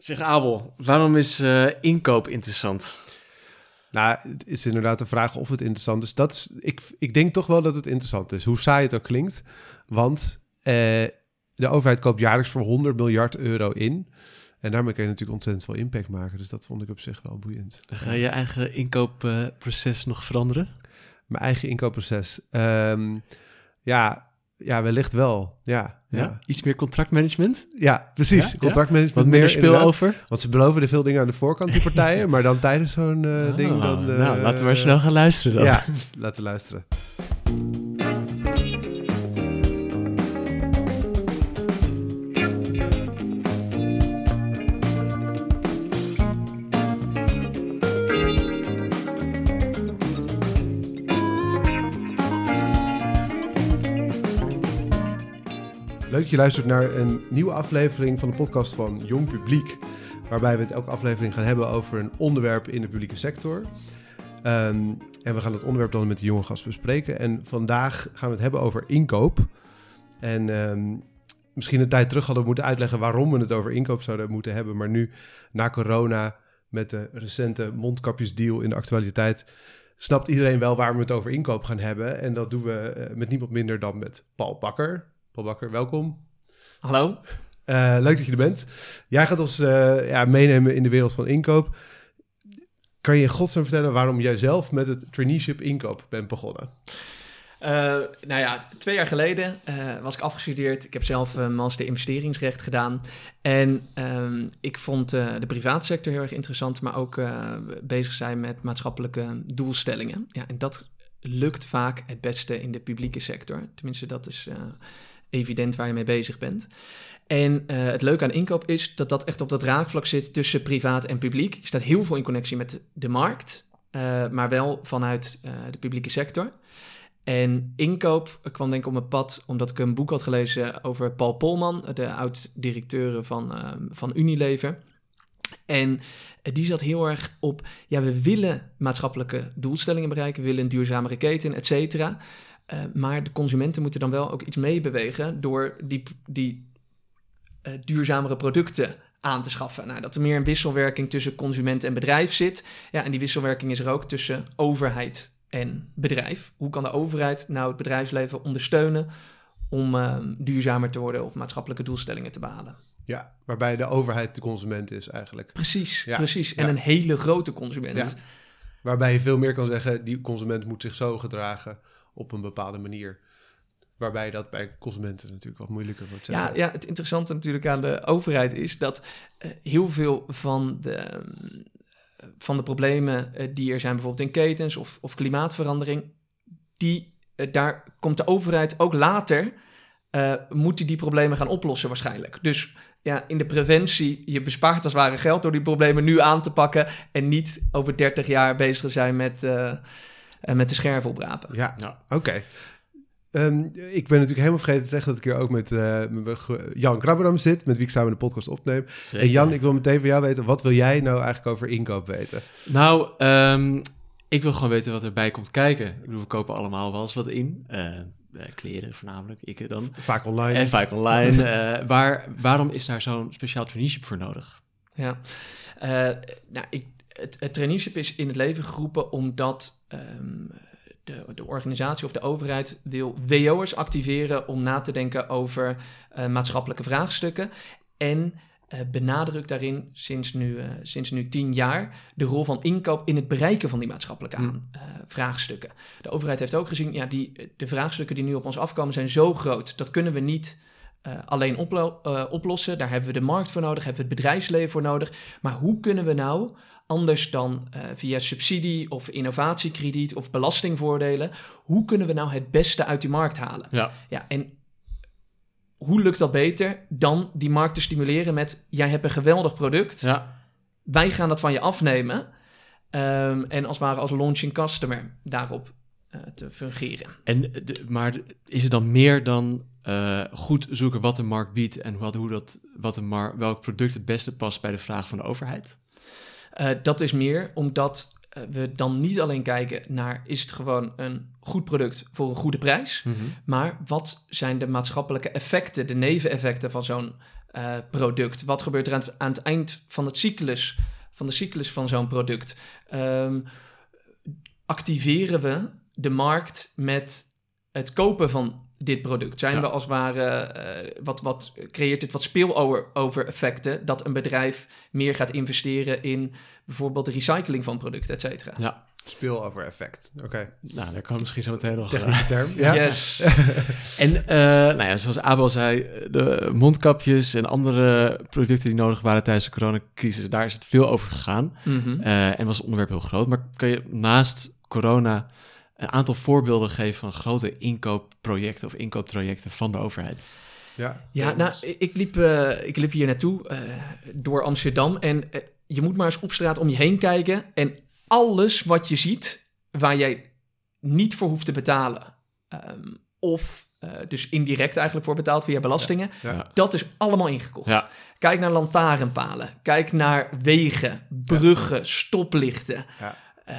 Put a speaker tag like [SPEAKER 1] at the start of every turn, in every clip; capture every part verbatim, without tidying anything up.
[SPEAKER 1] Zeg Abel, waarom is uh, inkoop interessant?
[SPEAKER 2] Nou, het is inderdaad de vraag of het interessant is. Dat is ik, ik denk toch wel dat het interessant is, hoe saai het ook klinkt. Want uh, de overheid koopt jaarlijks voor honderd miljard euro in. En daarmee kun je natuurlijk ontzettend veel impact maken. Dus dat vond ik op zich wel boeiend.
[SPEAKER 1] Ga je je eigen inkoopproces uh, nog veranderen?
[SPEAKER 2] Mijn eigen inkoopproces? Um, ja... Ja, wellicht wel. Ja, ja.
[SPEAKER 1] ja. Iets meer contractmanagement?
[SPEAKER 2] Ja, precies. Ja? Contractmanagement.
[SPEAKER 1] Wat meer speel over?
[SPEAKER 2] Want ze beloven er veel dingen aan de voorkant, die partijen. maar dan tijdens zo'n uh, oh, ding... Dan, uh,
[SPEAKER 1] nou, laten we maar snel gaan luisteren dan.
[SPEAKER 2] Ja, laten we luisteren. Leuk dat je luistert naar een nieuwe aflevering van de podcast van Jong Publiek. Waarbij we het elke aflevering gaan hebben over een onderwerp in de publieke sector. Um, en we gaan het onderwerp dan met de jonge gast bespreken. En vandaag gaan we het hebben over inkoop. En um, misschien een tijd terug hadden we moeten uitleggen waarom we het over inkoop zouden moeten hebben. Maar nu, na corona, met de recente mondkapjesdeal in de actualiteit, snapt iedereen wel waar we het over inkoop gaan hebben. En dat doen we uh, met niemand minder dan met Paul Bakker. Paul Bakker, welkom.
[SPEAKER 1] Hallo.
[SPEAKER 2] Uh, leuk dat je er bent. Jij gaat ons uh, ja, meenemen in de wereld van inkoop. Kan je in godsnaam vertellen waarom jij zelf met het traineeship inkoop bent begonnen?
[SPEAKER 3] Uh, nou ja, twee jaar geleden uh, was ik afgestudeerd. Ik heb zelf een master investeringsrecht gedaan. En um, ik vond uh, de privaatsector heel erg interessant, maar ook uh, bezig zijn met maatschappelijke doelstellingen. Ja, en dat lukt vaak het beste in de publieke sector. Tenminste, dat is uh, evident waar je mee bezig bent. En uh, het leuke aan inkoop is dat dat echt op dat raakvlak zit tussen privaat en publiek. Je staat heel veel in connectie met de markt, uh, maar wel vanuit uh, de publieke sector. En inkoop kwam denk ik op mijn pad omdat ik een boek had gelezen over Paul Polman, de oud-directeur van, uh, van Unilever. En die zat heel erg op, ja, we willen maatschappelijke doelstellingen bereiken, we willen een duurzamere keten, et cetera. Uh, maar de consumenten moeten dan wel ook iets meebewegen door die, die uh, duurzamere producten aan te schaffen. Nou, dat er meer een wisselwerking tussen consument en bedrijf zit. Ja, en die wisselwerking is er ook tussen overheid en bedrijf. Hoe kan de overheid nou het bedrijfsleven ondersteunen om uh, duurzamer te worden of maatschappelijke doelstellingen te behalen?
[SPEAKER 2] Ja, waarbij de overheid de consument is eigenlijk.
[SPEAKER 3] Precies,
[SPEAKER 2] ja,
[SPEAKER 3] precies. En
[SPEAKER 2] ja.
[SPEAKER 3] een hele grote consument.
[SPEAKER 2] Ja. Waarbij je veel meer kan zeggen, die consument moet zich zo gedragen op een bepaalde manier. Waarbij dat bij consumenten natuurlijk wat moeilijker wordt.
[SPEAKER 3] Ja, ja, het interessante natuurlijk aan de overheid is dat uh, heel veel van de, um, van de problemen uh, die er zijn bijvoorbeeld in ketens of, of klimaatverandering, die, uh, daar komt de overheid ook later, uh, moet die, die problemen gaan oplossen waarschijnlijk. Dus ja, in de preventie, je bespaart als het ware geld door die problemen nu aan te pakken en niet over dertig jaar bezig te zijn met, uh, uh, met de scherven oprapen.
[SPEAKER 2] Ja, ja. oké. Okay. Um, ik ben natuurlijk helemaal vergeten te zeggen dat ik hier ook met, uh, met Jan Krabberam zit, met wie ik samen de podcast opneem. Zeker. En Jan, ik wil meteen van jou weten, wat wil jij nou eigenlijk over inkoop weten?
[SPEAKER 1] Nou, um, ik wil gewoon weten wat erbij komt kijken. Ik bedoel, we kopen allemaal wel eens wat in. Uh, kleren voornamelijk, ik dan.
[SPEAKER 2] Vaak online.
[SPEAKER 1] En vaak online. uh, waar, waarom is daar zo'n speciaal traineeship voor nodig?
[SPEAKER 3] Ja, uh, nou, ik, het, het traineeship is in het leven geroepen omdat Um, De, de organisatie of de overheid wil W O'ers activeren om na te denken over uh, maatschappelijke vraagstukken. En uh, benadrukt daarin sinds nu, uh, sinds nu tien jaar de rol van inkoop in het bereiken van die maatschappelijke aan, uh, vraagstukken. De overheid heeft ook gezien, ja, die, de vraagstukken die nu op ons afkomen zijn zo groot. Dat kunnen we niet uh, alleen oplo- uh, oplossen. Daar hebben we de markt voor nodig, hebben we het bedrijfsleven voor nodig. Maar hoe kunnen we nou, anders dan uh, via subsidie of innovatiekrediet of belastingvoordelen, hoe kunnen we nou het beste uit die markt halen?
[SPEAKER 1] Ja.
[SPEAKER 3] Ja, en hoe lukt dat beter dan die markt te stimuleren met, jij hebt een geweldig product,
[SPEAKER 1] ja.
[SPEAKER 3] wij gaan dat van je afnemen um, en als het ware als launching customer daarop uh, te fungeren.
[SPEAKER 1] En de, maar is het dan meer dan uh, goed zoeken wat de markt biedt en wat, hoe dat, wat de mar- welk product het beste past bij de vraag van de overheid?
[SPEAKER 3] Uh, dat is meer omdat uh, we dan niet alleen kijken naar, is het gewoon een goed product voor een goede prijs,
[SPEAKER 1] Mm-hmm.
[SPEAKER 3] maar wat zijn de maatschappelijke effecten, de neveneffecten van zo'n uh, product? Wat gebeurt er aan het, aan het eind van het cyclus, van de cyclus van zo'n product? Um, activeren we de markt met het kopen van dit product? Zijn
[SPEAKER 1] ja.
[SPEAKER 3] we als het ware, uh, wat, wat creëert dit wat spillover effecten, dat een bedrijf meer gaat investeren in bijvoorbeeld de recycling van producten, et cetera?
[SPEAKER 1] Ja.
[SPEAKER 2] Spillover effect, oké. Okay.
[SPEAKER 1] Nou, daar kan misschien zo meteen nog...
[SPEAKER 2] Technische term, ja.
[SPEAKER 3] Yes.
[SPEAKER 1] en uh, nou ja, zoals Abel zei, de mondkapjes en andere producten die nodig waren tijdens de coronacrisis, daar is het veel over gegaan.
[SPEAKER 3] Mm-hmm.
[SPEAKER 1] Uh, en was het onderwerp heel groot. Maar kan je naast corona een aantal voorbeelden geven van grote inkoopprojecten of inkooptrajecten van de overheid?
[SPEAKER 2] Ja,
[SPEAKER 3] ja nou, ik liep, uh, ik liep hier naartoe uh, door Amsterdam en uh, je moet maar eens op straat om je heen kijken en alles wat je ziet waar jij niet voor hoeft te betalen, um, of uh, dus indirect eigenlijk voor betaald via belastingen,
[SPEAKER 2] ja, ja.
[SPEAKER 3] dat is allemaal ingekocht.
[SPEAKER 1] Ja.
[SPEAKER 3] Kijk naar lantaarnpalen, kijk naar wegen, bruggen, ja. stoplichten.
[SPEAKER 2] Ja.
[SPEAKER 3] Uh,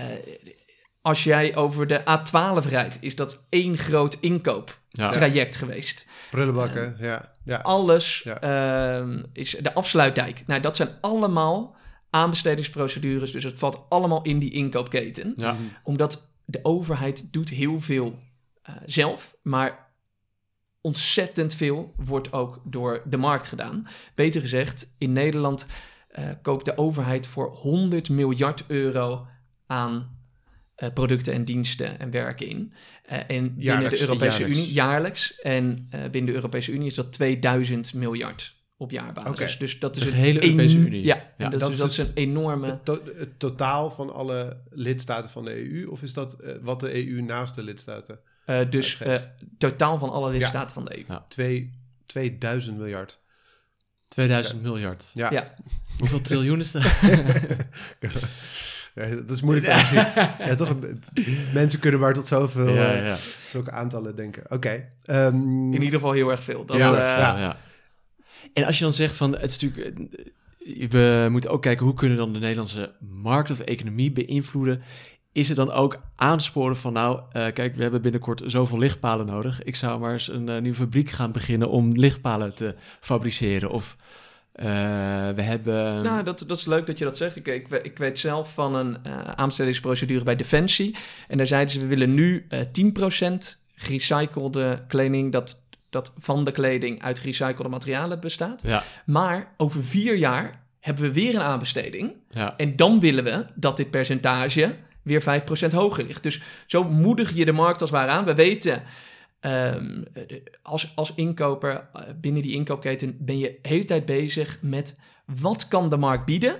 [SPEAKER 3] als jij over de A twaalf rijdt, is dat één groot inkooptraject ja. geweest.
[SPEAKER 2] Prullenbakken, uh, ja. ja.
[SPEAKER 3] Alles ja. Uh, is de afsluitdijk. Nou, dat zijn allemaal aanbestedingsprocedures, dus het valt allemaal in die inkoopketen.
[SPEAKER 1] Ja.
[SPEAKER 3] Omdat de overheid doet heel veel uh, zelf, maar ontzettend veel wordt ook door de markt gedaan. Beter gezegd, in Nederland uh, koopt de overheid voor honderd miljard euro aan uh, producten en diensten en werken in. Uh, en binnen
[SPEAKER 2] jaarlijks,
[SPEAKER 3] de Europese
[SPEAKER 2] jaarlijks.
[SPEAKER 3] Unie, jaarlijks, en uh, binnen de Europese Unie is dat tweeduizend miljard op jaarbasis.
[SPEAKER 2] Okay.
[SPEAKER 3] Dus dat is
[SPEAKER 1] de
[SPEAKER 3] een
[SPEAKER 1] hele Europese
[SPEAKER 3] een,
[SPEAKER 1] Unie.
[SPEAKER 3] Ja,
[SPEAKER 1] ja.
[SPEAKER 3] dat, dat, is, dat is een enorme...
[SPEAKER 2] Het, to- het totaal van alle lidstaten van de E U? Of is dat uh, wat de E U naast de lidstaten
[SPEAKER 3] uh, Dus uh, totaal van alle lidstaten ja. van de E U.
[SPEAKER 2] Ja. Twee, tweeduizend miljard.
[SPEAKER 1] tweeduizend
[SPEAKER 2] ja.
[SPEAKER 1] miljard.
[SPEAKER 2] Ja.
[SPEAKER 3] ja.
[SPEAKER 1] Hoeveel triljoen is dat?
[SPEAKER 2] Ja, dat is moeilijk te zien. Ja, toch, mensen kunnen maar tot zoveel
[SPEAKER 1] ja, ja.
[SPEAKER 2] zulke aantallen denken. Oké. Okay. Um,
[SPEAKER 3] In ieder geval heel erg veel. Dat,
[SPEAKER 1] ja,
[SPEAKER 3] uh,
[SPEAKER 1] ja, ja. En als je dan zegt van, het is natuurlijk, we moeten ook kijken hoe kunnen dan de Nederlandse markt of de economie beïnvloeden. Is er dan ook aansporen van, nou, uh, kijk, we hebben binnenkort zoveel lichtpalen nodig. Ik zou maar eens een uh, nieuwe fabriek gaan beginnen om lichtpalen te fabriceren. Of uh, we hebben...
[SPEAKER 3] Nou, dat, dat is leuk dat je dat zegt. Ik, ik, ik weet zelf van een uh, aanbestedingsprocedure bij Defensie. En daar zeiden ze, we willen nu uh, tien procent gerecyclede kleding, dat, dat van de kleding uit gerecyclede materialen bestaat.
[SPEAKER 1] Ja.
[SPEAKER 3] Maar over vier jaar hebben we weer een aanbesteding.
[SPEAKER 1] Ja.
[SPEAKER 3] En dan willen we dat dit percentage weer vijf procent hoger ligt. Dus zo moedig je de markt als het ware aan. We weten, um, als, als inkoper uh, binnen die inkoopketen ben je de hele tijd bezig met wat kan de markt bieden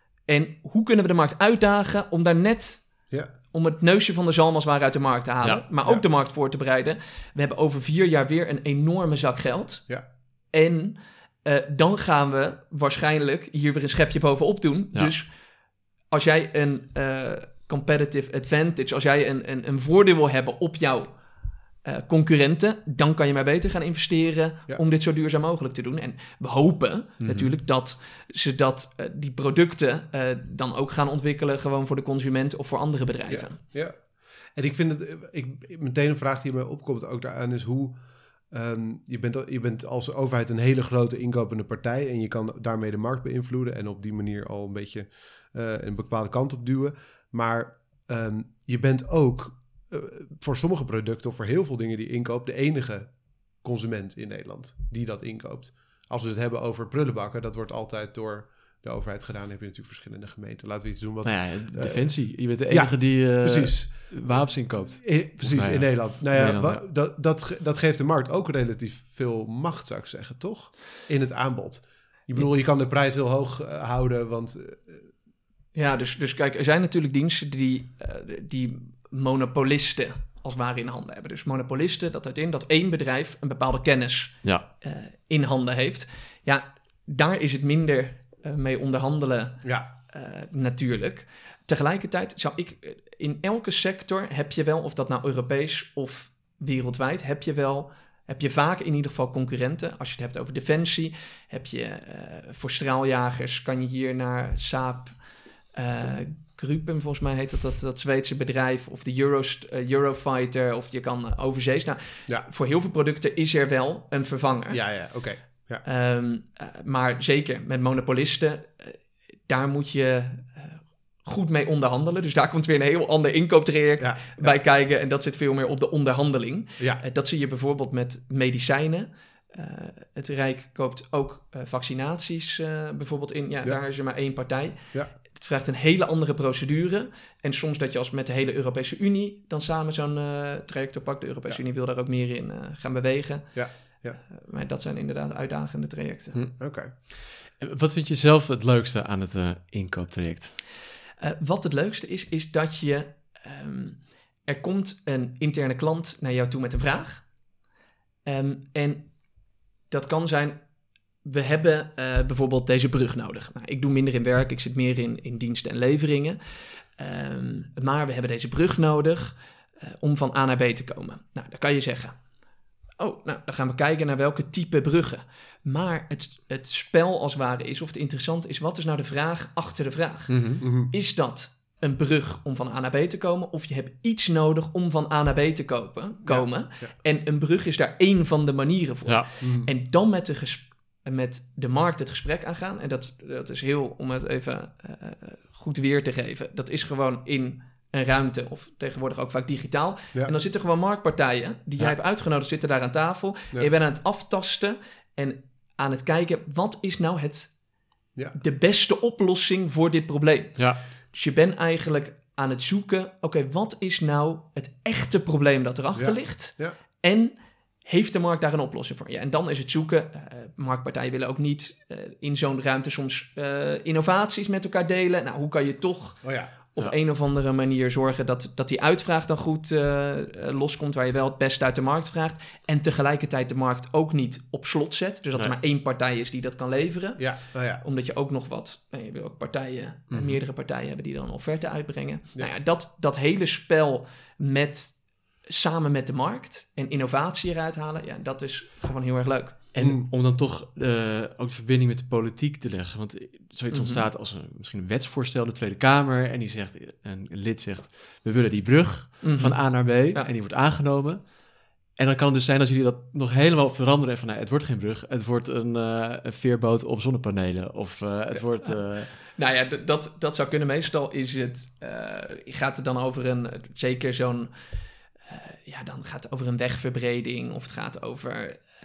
[SPEAKER 3] en hoe kunnen we de markt uitdagen om daar net...
[SPEAKER 2] Ja.
[SPEAKER 3] om het neusje van de zalm als het ware uit de markt te halen.
[SPEAKER 1] Ja.
[SPEAKER 3] Maar ook
[SPEAKER 2] ja.
[SPEAKER 3] de markt voor te bereiden. We hebben over vier jaar weer een enorme zak geld.
[SPEAKER 2] Ja.
[SPEAKER 3] En uh, dan gaan we waarschijnlijk hier weer een schepje bovenop doen.
[SPEAKER 1] Ja.
[SPEAKER 3] Dus als jij een uh, competitive advantage, als jij een, een, een voordeel wil hebben op jouw uh, concurrenten, dan kan je maar beter gaan investeren
[SPEAKER 2] ja.
[SPEAKER 3] om dit zo duurzaam mogelijk te doen. En we hopen
[SPEAKER 1] mm-hmm.
[SPEAKER 3] natuurlijk dat ze dat, uh, die producten uh, dan ook gaan ontwikkelen gewoon voor de consument of voor andere bedrijven.
[SPEAKER 2] Ja, ja. En ik vind het, ik, meteen een vraag die mij opkomt ook daaraan is hoe, um, je, bent, je bent als overheid een hele grote inkopende partij en je kan daarmee de markt beïnvloeden en op die manier al een beetje uh, een bepaalde kant op duwen. Maar um, je bent ook uh, voor sommige producten of voor heel veel dingen die je inkoopt de enige consument in Nederland die dat inkoopt. Als we het hebben over prullenbakken, dat wordt altijd door de overheid gedaan. Dan heb je natuurlijk verschillende gemeenten. Laten we iets doen wat...
[SPEAKER 1] Nou ja,
[SPEAKER 2] uh,
[SPEAKER 1] Defensie. Je bent de enige
[SPEAKER 2] ja,
[SPEAKER 1] die uh,
[SPEAKER 2] precies.
[SPEAKER 1] wapens inkoopt.
[SPEAKER 2] In, precies,
[SPEAKER 1] nou ja.
[SPEAKER 2] in Nederland. Nou ja,
[SPEAKER 1] Nederland,
[SPEAKER 2] wa-
[SPEAKER 1] ja.
[SPEAKER 2] Dat, dat, dat geeft de markt ook relatief veel macht, zou ik zeggen, toch? In het aanbod. Ik bedoel, je kan de prijs heel hoog uh, houden, want... Uh,
[SPEAKER 3] Ja, dus, dus kijk, er zijn natuurlijk diensten die, uh, die monopolisten als het ware in handen hebben. Dus monopolisten, dat houdt in dat één bedrijf een bepaalde kennis
[SPEAKER 1] Ja.
[SPEAKER 3] uh, in handen heeft. Ja, daar is het minder uh, mee onderhandelen
[SPEAKER 2] ja.
[SPEAKER 3] uh, natuurlijk. Tegelijkertijd zou ik, in elke sector heb je wel, of dat nou Europees of wereldwijd, heb je wel... heb je vaak in ieder geval concurrenten. Als je het hebt over defensie, heb je uh, voor straaljagers, kan je hier naar Saab... Uh, Gruppen, volgens mij heet dat, dat dat Zweedse bedrijf, of de Eurost, uh, Eurofighter, of je kan uh, overzees. Nou,
[SPEAKER 2] Ja.
[SPEAKER 3] voor heel veel producten is er wel een vervanger.
[SPEAKER 2] Ja, ja, oké. Okay. Ja.
[SPEAKER 3] Um, uh, maar zeker met monopolisten, uh, daar moet je uh, goed mee onderhandelen. Dus daar komt weer een heel ander inkooptraject
[SPEAKER 2] ja,
[SPEAKER 3] bij
[SPEAKER 2] ja.
[SPEAKER 3] kijken. En dat zit veel meer op de onderhandeling.
[SPEAKER 2] Ja.
[SPEAKER 3] Uh, dat zie je bijvoorbeeld met medicijnen. Uh, het Rijk koopt ook uh, vaccinaties uh, bijvoorbeeld in. Ja,
[SPEAKER 2] Ja.
[SPEAKER 3] daar is er maar één partij.
[SPEAKER 2] Ja.
[SPEAKER 3] Het vraagt een hele andere procedure. En soms dat je als met de hele Europese Unie dan samen zo'n uh, traject oppakt. De Europese
[SPEAKER 2] Ja.
[SPEAKER 3] Unie wil daar ook meer in uh, gaan bewegen.
[SPEAKER 2] Ja. Ja.
[SPEAKER 3] Uh, maar dat zijn inderdaad uitdagende trajecten.
[SPEAKER 1] Hm.
[SPEAKER 2] Oké. Okay.
[SPEAKER 1] Wat vind je zelf het leukste aan het uh, inkooptraject?
[SPEAKER 3] Uh, wat het leukste is, is dat je... Um, er komt een interne klant naar jou toe met een vraag. Um, en dat kan zijn... We hebben uh, bijvoorbeeld deze brug nodig. Nou, ik doe minder in werk, ik zit meer in, in diensten en leveringen. Um, maar we hebben deze brug nodig uh, om van A naar B te komen. Nou, dan kan je zeggen... Oh, nou, dan gaan we kijken naar welke type bruggen. Maar het, het spel als het ware is, of het interessant is... wat is nou de vraag achter de vraag?
[SPEAKER 1] Mm-hmm.
[SPEAKER 2] Mm-hmm.
[SPEAKER 3] Is dat een brug om van A naar B te komen... of je hebt iets nodig om van A naar B te kopen, komen...
[SPEAKER 2] Ja, ja.
[SPEAKER 3] En een brug is daar één van de manieren voor.
[SPEAKER 1] Ja.
[SPEAKER 2] Mm-hmm.
[SPEAKER 3] En dan met de, ges- met de markt het gesprek aangaan... en dat, dat is heel, om het even uh, goed weer te geven... dat is gewoon in een ruimte of tegenwoordig ook vaak digitaal.
[SPEAKER 2] Ja.
[SPEAKER 3] En dan zitten gewoon marktpartijen die jij
[SPEAKER 1] Ja.
[SPEAKER 3] hebt uitgenodigd... zitten daar aan tafel
[SPEAKER 2] Ja.
[SPEAKER 3] en je bent aan het aftasten... en aan het kijken, wat is nou het,
[SPEAKER 2] Ja.
[SPEAKER 3] de beste oplossing voor dit probleem?
[SPEAKER 1] Ja.
[SPEAKER 3] Dus je bent eigenlijk aan het zoeken... oké, okay, wat is nou het echte probleem dat erachter
[SPEAKER 2] Ja.
[SPEAKER 3] ligt?
[SPEAKER 2] Ja.
[SPEAKER 3] En heeft de markt daar een oplossing voor? Ja, en dan is het zoeken. Uh, marktpartijen willen ook niet uh, in zo'n ruimte soms uh, innovaties met elkaar delen. Nou, hoe kan je toch
[SPEAKER 2] Oh ja.
[SPEAKER 3] op
[SPEAKER 1] Ja.
[SPEAKER 3] een of andere manier zorgen... dat, dat die uitvraag dan goed uh, loskomt... waar je wel het beste uit de markt vraagt... en tegelijkertijd de markt ook niet op slot zet. Dus dat
[SPEAKER 1] Nee.
[SPEAKER 3] er maar één partij is die dat kan leveren.
[SPEAKER 2] Ja. Oh ja.
[SPEAKER 3] Omdat je ook nog wat... Nou, je wil ook partijen,
[SPEAKER 1] Mhm.
[SPEAKER 3] meerdere partijen hebben... die dan een offerte uitbrengen.
[SPEAKER 2] Ja.
[SPEAKER 3] Nou ja, dat, dat hele spel met... samen met de markt en innovatie eruit halen... ja, dat is gewoon heel erg leuk.
[SPEAKER 1] En
[SPEAKER 2] Mm.
[SPEAKER 1] om dan toch uh, ook de verbinding met de politiek te leggen. Want zoiets
[SPEAKER 3] Mhm.
[SPEAKER 1] ontstaat als een, misschien een wetsvoorstel, de Tweede Kamer. En die zegt, een lid zegt, we willen die brug
[SPEAKER 3] Mhm.
[SPEAKER 1] van A naar B.
[SPEAKER 3] Ja.
[SPEAKER 1] En die wordt aangenomen. En dan kan het dus zijn dat jullie dat nog helemaal veranderen. Van, nou, het wordt geen brug, het wordt een, uh, een veerboot op zonnepanelen. Of uh, het
[SPEAKER 3] Ja.
[SPEAKER 1] wordt... Uh,
[SPEAKER 3] Nou ja, d- dat, dat zou kunnen. Meestal is het... Uh, gaat het dan over een... Zeker zo'n... Uh, ja, dan gaat het over een wegverbreding... of het gaat over... Uh,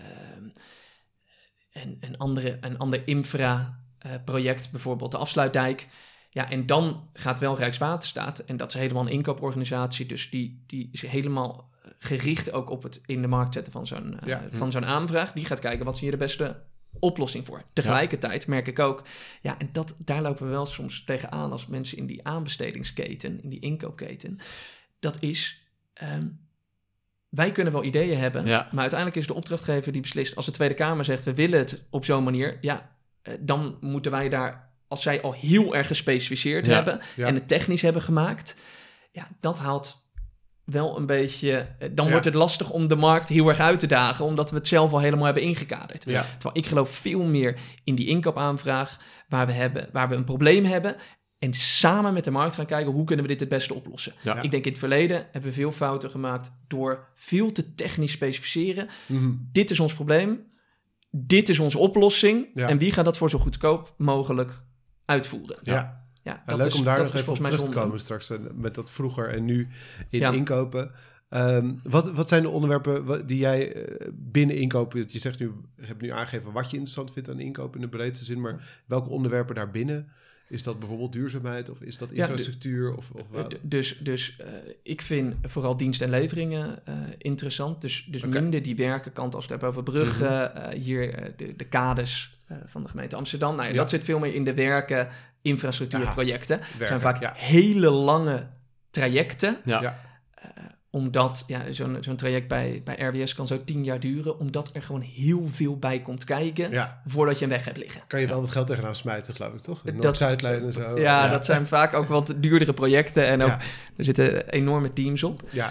[SPEAKER 3] een, een, andere, een ander infra-project, uh, bijvoorbeeld de afsluitdijk. Ja, en dan gaat wel Rijkswaterstaat... en dat is helemaal een inkooporganisatie... dus die, die is helemaal gericht ook op het in de markt zetten van zo'n, uh,
[SPEAKER 2] Ja.
[SPEAKER 3] van zo'n aanvraag. Die gaat kijken, wat is hier de beste oplossing voor? Tegelijkertijd merk ik ook... ja, en dat, daar lopen we wel soms tegenaan... als mensen in die aanbestedingsketen, in die inkoopketen... dat is... Um, wij kunnen wel ideeën hebben...
[SPEAKER 1] Ja.
[SPEAKER 3] maar uiteindelijk is de opdrachtgever die beslist... als de Tweede Kamer zegt, we willen het op zo'n manier... ja, uh, dan moeten wij daar... als zij al heel erg gespecificeerd
[SPEAKER 1] Ja.
[SPEAKER 3] hebben...
[SPEAKER 2] Ja.
[SPEAKER 3] en het technisch hebben gemaakt... ja, dat haalt wel een beetje... uh, dan
[SPEAKER 2] Ja.
[SPEAKER 3] wordt het lastig om de markt heel erg uit te dagen... omdat we het zelf al helemaal hebben ingekaderd.
[SPEAKER 2] Ja.
[SPEAKER 3] Terwijl ik geloof veel meer in die inkoopaanvraag... waar we, hebben, waar we een probleem hebben... en samen met de markt gaan kijken... hoe kunnen we dit het beste oplossen.
[SPEAKER 1] Ja.
[SPEAKER 3] Ik denk in het verleden hebben we veel fouten gemaakt... door veel te technisch specificeren.
[SPEAKER 2] Mm-hmm.
[SPEAKER 3] Dit is ons probleem. Dit is onze oplossing.
[SPEAKER 2] Ja.
[SPEAKER 3] En wie gaat dat voor zo goedkoop mogelijk uitvoeren?
[SPEAKER 2] Ja.
[SPEAKER 1] Ja.
[SPEAKER 3] Ja,
[SPEAKER 2] Ja,
[SPEAKER 3] dat
[SPEAKER 2] leuk
[SPEAKER 3] is,
[SPEAKER 2] om daar
[SPEAKER 3] dat
[SPEAKER 2] nog
[SPEAKER 3] is
[SPEAKER 2] even op
[SPEAKER 3] volgens mij
[SPEAKER 2] terug te
[SPEAKER 3] zonde.
[SPEAKER 2] komen straks. eh, Met dat vroeger en nu in
[SPEAKER 3] Ja.
[SPEAKER 2] inkopen. Um, wat, wat zijn de onderwerpen wa- die jij uh, binnen inkopen... Je zegt nu, je hebt nu aangegeven wat je interessant vindt aan inkopen in de breedste zin. Maar welke onderwerpen daarbinnen? Is dat bijvoorbeeld duurzaamheid of is dat
[SPEAKER 3] Ja,
[SPEAKER 2] infrastructuur? Of, of wat?
[SPEAKER 3] D- Dus, dus uh, ik vind vooral dienst en leveringen uh, interessant. Dus, dus
[SPEAKER 2] Oké.
[SPEAKER 3] minder die werkenkant als we het hebben over bruggen. uh, hier uh, de, de kades uh, van de gemeente Amsterdam. Nou, ja,
[SPEAKER 2] Ja.
[SPEAKER 3] dat zit veel meer in de werken infrastructuurprojecten. Het
[SPEAKER 2] Werken,
[SPEAKER 3] zijn vaak
[SPEAKER 2] ja.
[SPEAKER 3] hele lange trajecten.
[SPEAKER 1] Ja.
[SPEAKER 2] Ja.
[SPEAKER 3] Uh, omdat ja, zo'n, zo'n traject bij, bij R W S kan zo tien jaar duren. Omdat er gewoon heel veel bij komt kijken
[SPEAKER 2] Ja.
[SPEAKER 3] voordat je een weg hebt liggen.
[SPEAKER 2] Kan je wel wat geld tegenaan smijten, geloof ik, toch? De
[SPEAKER 3] Dat-
[SPEAKER 2] Noord-Zuidlijn en zo.
[SPEAKER 3] Ja, dat zijn vaak ook wat duurdere projecten. En ook,
[SPEAKER 2] Ja.
[SPEAKER 3] er zitten enorme teams op.
[SPEAKER 2] Ja.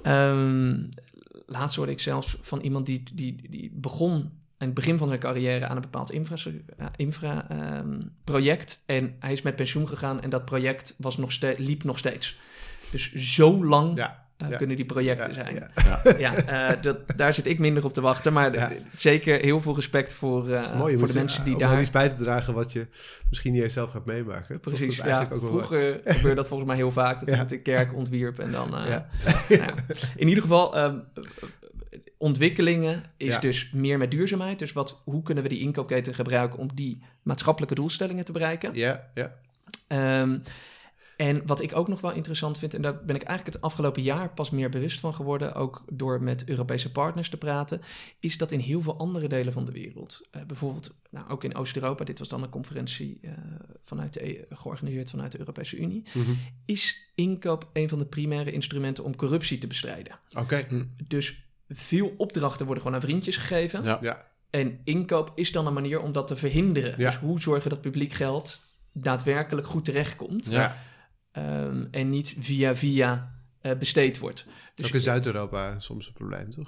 [SPEAKER 3] Um, laatst hoorde ik zelfs van iemand die, die, die begon aan het begin van zijn carrière aan een bepaald infrastructuur- uh, infra, um, project. En hij is met pensioen gegaan en dat project was nog ste- liep nog steeds. Dus zo lang
[SPEAKER 2] Ja.
[SPEAKER 3] uh,
[SPEAKER 2] ja.
[SPEAKER 3] kunnen die projecten
[SPEAKER 2] ja,
[SPEAKER 3] zijn.
[SPEAKER 2] Ja.
[SPEAKER 1] Ja.
[SPEAKER 3] Ja, uh, dat, daar zit ik minder op te wachten. Maar
[SPEAKER 2] Ja.
[SPEAKER 3] d- zeker heel veel respect voor, uh,
[SPEAKER 2] Mooi, je
[SPEAKER 3] voor
[SPEAKER 2] moet
[SPEAKER 3] de mensen die
[SPEAKER 2] ook
[SPEAKER 3] daar...
[SPEAKER 2] wel iets bij te dragen wat je misschien niet eens zelf gaat meemaken. Toch?
[SPEAKER 3] Precies,
[SPEAKER 2] Dat is
[SPEAKER 3] ja.
[SPEAKER 2] eigenlijk ook wel
[SPEAKER 3] Vroeger gebeurde dat volgens mij heel vaak. Dat
[SPEAKER 2] Ja.
[SPEAKER 3] iemand de kerk ontwierp en dan... Uh,
[SPEAKER 2] Ja.
[SPEAKER 3] nou ja. In ieder geval, um, ontwikkelingen is
[SPEAKER 2] Ja.
[SPEAKER 3] dus meer met duurzaamheid. Dus wat, hoe kunnen we die inkoopketen gebruiken om die maatschappelijke doelstellingen te bereiken?
[SPEAKER 2] Ja, ja.
[SPEAKER 3] Um, en wat ik ook nog wel interessant vind, en daar ben ik eigenlijk het afgelopen jaar pas meer bewust van geworden, ook door met Europese partners te praten, is dat in heel veel andere delen van de wereld, uh, bijvoorbeeld nou, ook in Oost-Europa, dit was dan een conferentie uh, vanuit de E- georganiseerd vanuit de Europese Unie,
[SPEAKER 2] Mm-hmm.
[SPEAKER 3] is inkoop een van de primaire instrumenten om corruptie te bestrijden.
[SPEAKER 2] Oké. Okay.
[SPEAKER 1] Hm.
[SPEAKER 3] Dus veel opdrachten worden gewoon aan vriendjes gegeven.
[SPEAKER 1] Ja.
[SPEAKER 2] Ja.
[SPEAKER 3] En inkoop is dan een manier om dat te verhinderen.
[SPEAKER 2] Ja.
[SPEAKER 3] Dus hoe zorgen dat publiek geld daadwerkelijk goed terechtkomt.
[SPEAKER 1] Ja.
[SPEAKER 2] Ja.
[SPEAKER 3] Um, en niet via via uh, besteed wordt. Dus
[SPEAKER 2] Ook in Zuid-Europa soms een probleem, toch?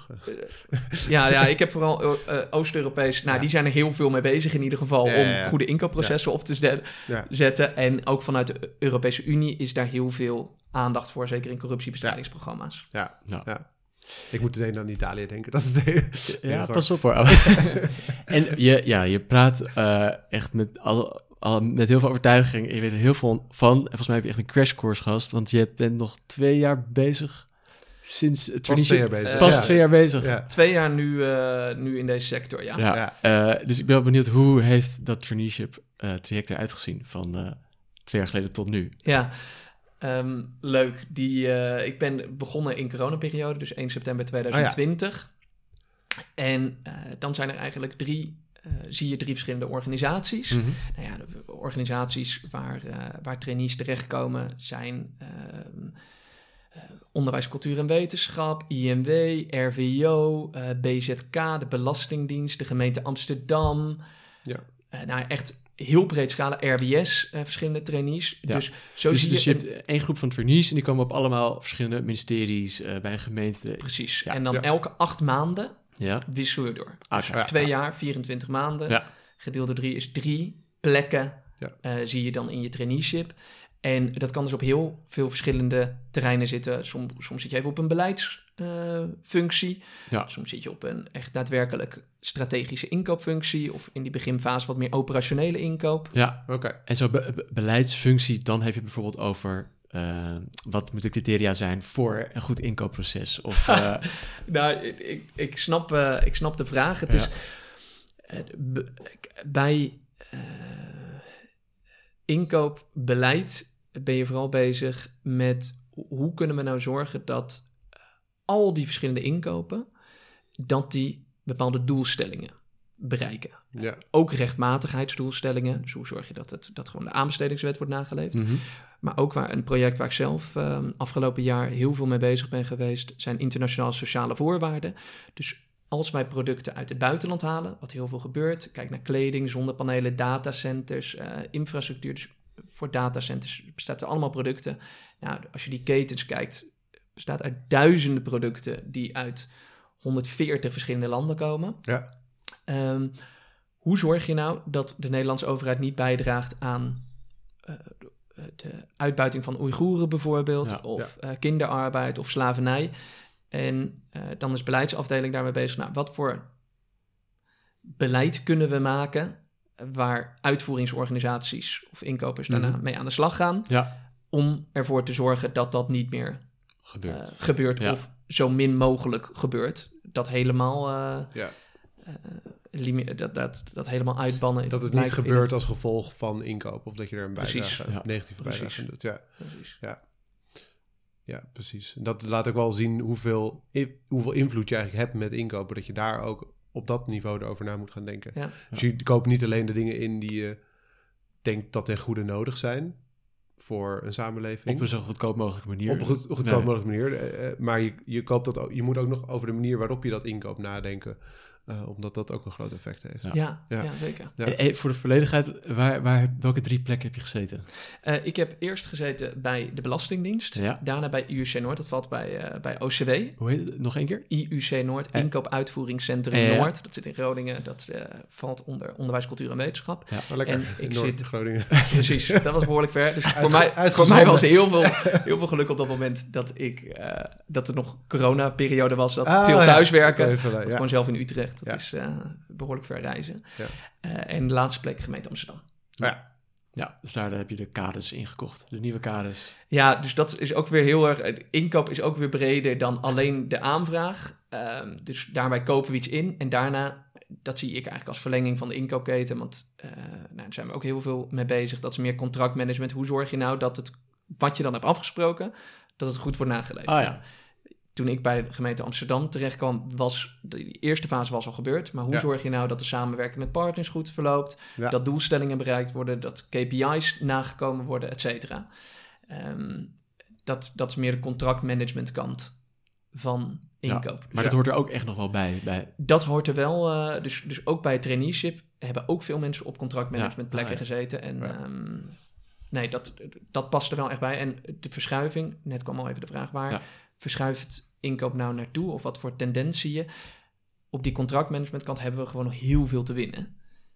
[SPEAKER 3] ja, ja, ik heb vooral uh, Oost-Europees... Nou,
[SPEAKER 2] Ja.
[SPEAKER 3] die zijn er heel veel mee bezig in ieder geval...
[SPEAKER 2] Ja, ja, ja.
[SPEAKER 3] om goede inkoopprocessen op te zet-
[SPEAKER 2] Ja.
[SPEAKER 3] zetten. En ook vanuit de Europese Unie is daar heel veel aandacht voor... zeker in corruptiebestrijdingsprogramma's.
[SPEAKER 2] Ja.
[SPEAKER 1] Ja.
[SPEAKER 2] Ja. Ik moet meteen aan Italië denken. Dat is de...
[SPEAKER 1] Ja, pas op hoor. En je, ja, je praat uh, echt met, al, al, met heel veel overtuiging. Je weet er heel veel van. En volgens mij heb je echt een crashcourse gehad. Want je bent nog twee jaar bezig sinds het
[SPEAKER 2] Pas twee jaar
[SPEAKER 1] traineeship.
[SPEAKER 2] bezig.
[SPEAKER 1] Pas
[SPEAKER 3] Ja.
[SPEAKER 1] twee jaar bezig. Ja.
[SPEAKER 2] Ja.
[SPEAKER 3] Twee jaar nu, uh, nu in deze sector, ja.
[SPEAKER 1] Ja. Uh, dus ik ben wel benieuwd, hoe heeft dat traineeship uh, traject eruit gezien van uh, twee jaar geleden tot nu?
[SPEAKER 3] Ja, um, leuk. Die, uh, ik ben begonnen in coronaperiode, dus één september tweeduizend twintig. Oh ja. En uh, dan zijn er eigenlijk drie, uh, zie je drie verschillende organisaties.
[SPEAKER 1] Mm-hmm.
[SPEAKER 3] Nou ja, de organisaties waar, uh, waar trainees terechtkomen zijn uh, uh, Onderwijs, Cultuur en Wetenschap, I M W, R V O, uh, B Z K, de Belastingdienst, de gemeente Amsterdam.
[SPEAKER 2] Ja.
[SPEAKER 3] Uh, nou, echt heel breed scala, R W S, uh, verschillende trainees.
[SPEAKER 1] Ja.
[SPEAKER 3] Dus zo
[SPEAKER 1] dus,
[SPEAKER 3] zie
[SPEAKER 1] dus
[SPEAKER 3] je...
[SPEAKER 1] je hebt één groep van trainees en die komen op allemaal verschillende ministeries uh, bij een gemeente.
[SPEAKER 3] Precies.
[SPEAKER 1] Ja.
[SPEAKER 3] En dan
[SPEAKER 2] Ja.
[SPEAKER 3] elke acht maanden
[SPEAKER 1] Ja.
[SPEAKER 3] wisselen we door.
[SPEAKER 1] Ah,
[SPEAKER 3] Dus
[SPEAKER 1] ja.
[SPEAKER 3] twee jaar, vierentwintig maanden.
[SPEAKER 1] Ja.
[SPEAKER 3] Gedeeld door drie is drie plekken.
[SPEAKER 2] Ja.
[SPEAKER 3] Uh, zie je dan in je traineeship. En dat kan dus op heel veel verschillende terreinen zitten. Soms, soms zit je even op een beleidsfunctie. Uh,
[SPEAKER 1] Ja.
[SPEAKER 3] Soms zit je op een echt daadwerkelijk strategische inkoopfunctie. Of in die beginfase wat meer operationele inkoop.
[SPEAKER 1] Ja.
[SPEAKER 2] Oké. Okay.
[SPEAKER 1] En zo'n be- be- beleidsfunctie, dan heb je bijvoorbeeld over... Uh, wat moeten de criteria zijn voor een goed inkoopproces? Of, uh...
[SPEAKER 3] nou, ik, ik, ik, snap, uh, ik snap de vraag. Het
[SPEAKER 1] ja.
[SPEAKER 3] is uh, b- bij uh, inkoopbeleid ben je vooral bezig met hoe kunnen we nou zorgen dat uh, al die verschillende inkopen, dat die bepaalde doelstellingen bereiken.
[SPEAKER 2] Ja.
[SPEAKER 3] Ook rechtmatigheidsdoelstellingen. Dus hoe zorg je dat, het, dat gewoon de aanbestedingswet wordt nageleefd.
[SPEAKER 1] Mm-hmm.
[SPEAKER 3] Maar ook waar een project waar ik zelf uh, afgelopen jaar heel veel mee bezig ben geweest, zijn internationale sociale voorwaarden. Dus als wij producten uit het buitenland halen, wat heel veel gebeurt, kijk naar kleding, zonnepanelen, datacenters, uh, infrastructuur. Dus voor datacenters bestaat er allemaal producten. Nou, als je die ketens kijkt, bestaat uit duizenden producten die uit honderdveertig verschillende landen komen.
[SPEAKER 2] Ja.
[SPEAKER 3] Um, hoe zorg je nou dat de Nederlandse overheid niet bijdraagt aan uh, de uitbuiting van Oeigoeren bijvoorbeeld,
[SPEAKER 1] ja,
[SPEAKER 3] of
[SPEAKER 2] ja.
[SPEAKER 3] Uh, kinderarbeid of slavernij? En uh, dan is beleidsafdeling daarmee bezig. Nou, wat voor beleid kunnen we maken waar uitvoeringsorganisaties of inkopers daarna
[SPEAKER 2] Mm-hmm.
[SPEAKER 3] mee aan de slag gaan,
[SPEAKER 1] ja.
[SPEAKER 3] om ervoor te zorgen dat dat niet meer
[SPEAKER 1] gebeurt,
[SPEAKER 3] uh, gebeurt
[SPEAKER 1] ja.
[SPEAKER 3] of zo min mogelijk gebeurt. Dat helemaal... Uh,
[SPEAKER 2] ja.
[SPEAKER 3] Uh, limi- dat, dat, dat helemaal uitbannen.
[SPEAKER 2] Dat het niet gebeurt het... als gevolg van inkoop. Of dat je er een bijdrage,
[SPEAKER 1] ja.
[SPEAKER 2] negatieve bijdrage aan doet. Ja.
[SPEAKER 3] Precies.
[SPEAKER 2] Ja. Ja, precies. En dat laat ook wel zien hoeveel, hoeveel invloed je eigenlijk hebt met inkopen. Dat je daar ook op dat niveau erover na moet gaan denken.
[SPEAKER 3] Ja.
[SPEAKER 2] Dus je koopt niet alleen de dingen in die je denkt dat ten goede nodig zijn voor een samenleving.
[SPEAKER 1] Op een zo goedkoop mogelijke manier.
[SPEAKER 2] Op een goed, goedkoop nee. mogelijke manier. Uh, maar je, je, koopt dat ook, je moet ook nog over de manier waarop je dat inkoopt nadenken. Uh, omdat dat ook een groot effect heeft.
[SPEAKER 3] Ja, ja, ja. ja zeker.
[SPEAKER 1] Ja. En, en voor de volledigheid, waar, waar, welke drie plekken heb je gezeten?
[SPEAKER 3] Uh, ik heb eerst gezeten bij de Belastingdienst. Ja. Daarna bij I U C Noord, dat valt bij, uh, bij O C W.
[SPEAKER 1] Hoe heet het? Nog één keer?
[SPEAKER 3] I U C Noord, eh. Inkoop-uitvoeringscentrum eh, Noord. Dat zit in Groningen. Dat uh, valt onder onderwijs, cultuur en wetenschap.
[SPEAKER 2] Ja, maar lekker.
[SPEAKER 3] En
[SPEAKER 2] ik Noord, zit... Groningen.
[SPEAKER 3] Precies, dat was behoorlijk ver. Dus voor, mij, voor mij was er heel veel, heel veel geluk op dat moment dat, ik, uh, dat er nog corona-periode was. Dat ah, veel thuiswerken. Ja. Even, ja. Gewoon zelf in Utrecht. Dat ja. is uh, behoorlijk ver reizen. Ja. Uh, en de laatste plek gemeente Amsterdam.
[SPEAKER 1] Ja. Ja, dus daar heb je de kaders ingekocht, de nieuwe kaders.
[SPEAKER 3] Ja, dus dat is ook weer heel erg... Inkoop is ook weer breder dan alleen de aanvraag. Um, dus daarbij kopen we iets in en daarna... Dat zie ik eigenlijk als verlenging van de inkoopketen. Want uh, nou, daar zijn we ook heel veel mee bezig. Dat is meer contractmanagement. Hoe zorg je nou dat het, wat je dan hebt afgesproken, dat het goed wordt nageleefd?
[SPEAKER 1] Ah, ja.
[SPEAKER 3] Toen ik bij de gemeente amsterdam terecht kwam, was de eerste fase was al gebeurd. Maar hoe ja. zorg je nou dat de samenwerking met partners goed verloopt? Ja. Dat doelstellingen bereikt worden, dat K P I's nagekomen worden, et cetera. Um, dat, dat is meer de contractmanagementkant van inkoop. Ja,
[SPEAKER 1] maar dat hoort er ook echt nog wel bij? bij...
[SPEAKER 3] Dat hoort er wel. Uh, dus, dus ook bij traineeship hebben ook veel mensen op contractmanagementplekken ja. ah, ja. gezeten. En ja. um, nee, dat, dat past er wel echt bij. En de verschuiving, net kwam al even de vraag waar... Ja. Verschuift inkoop nou naartoe? Of wat voor tendens zie je? Op die contractmanagementkant hebben we gewoon nog heel veel te winnen.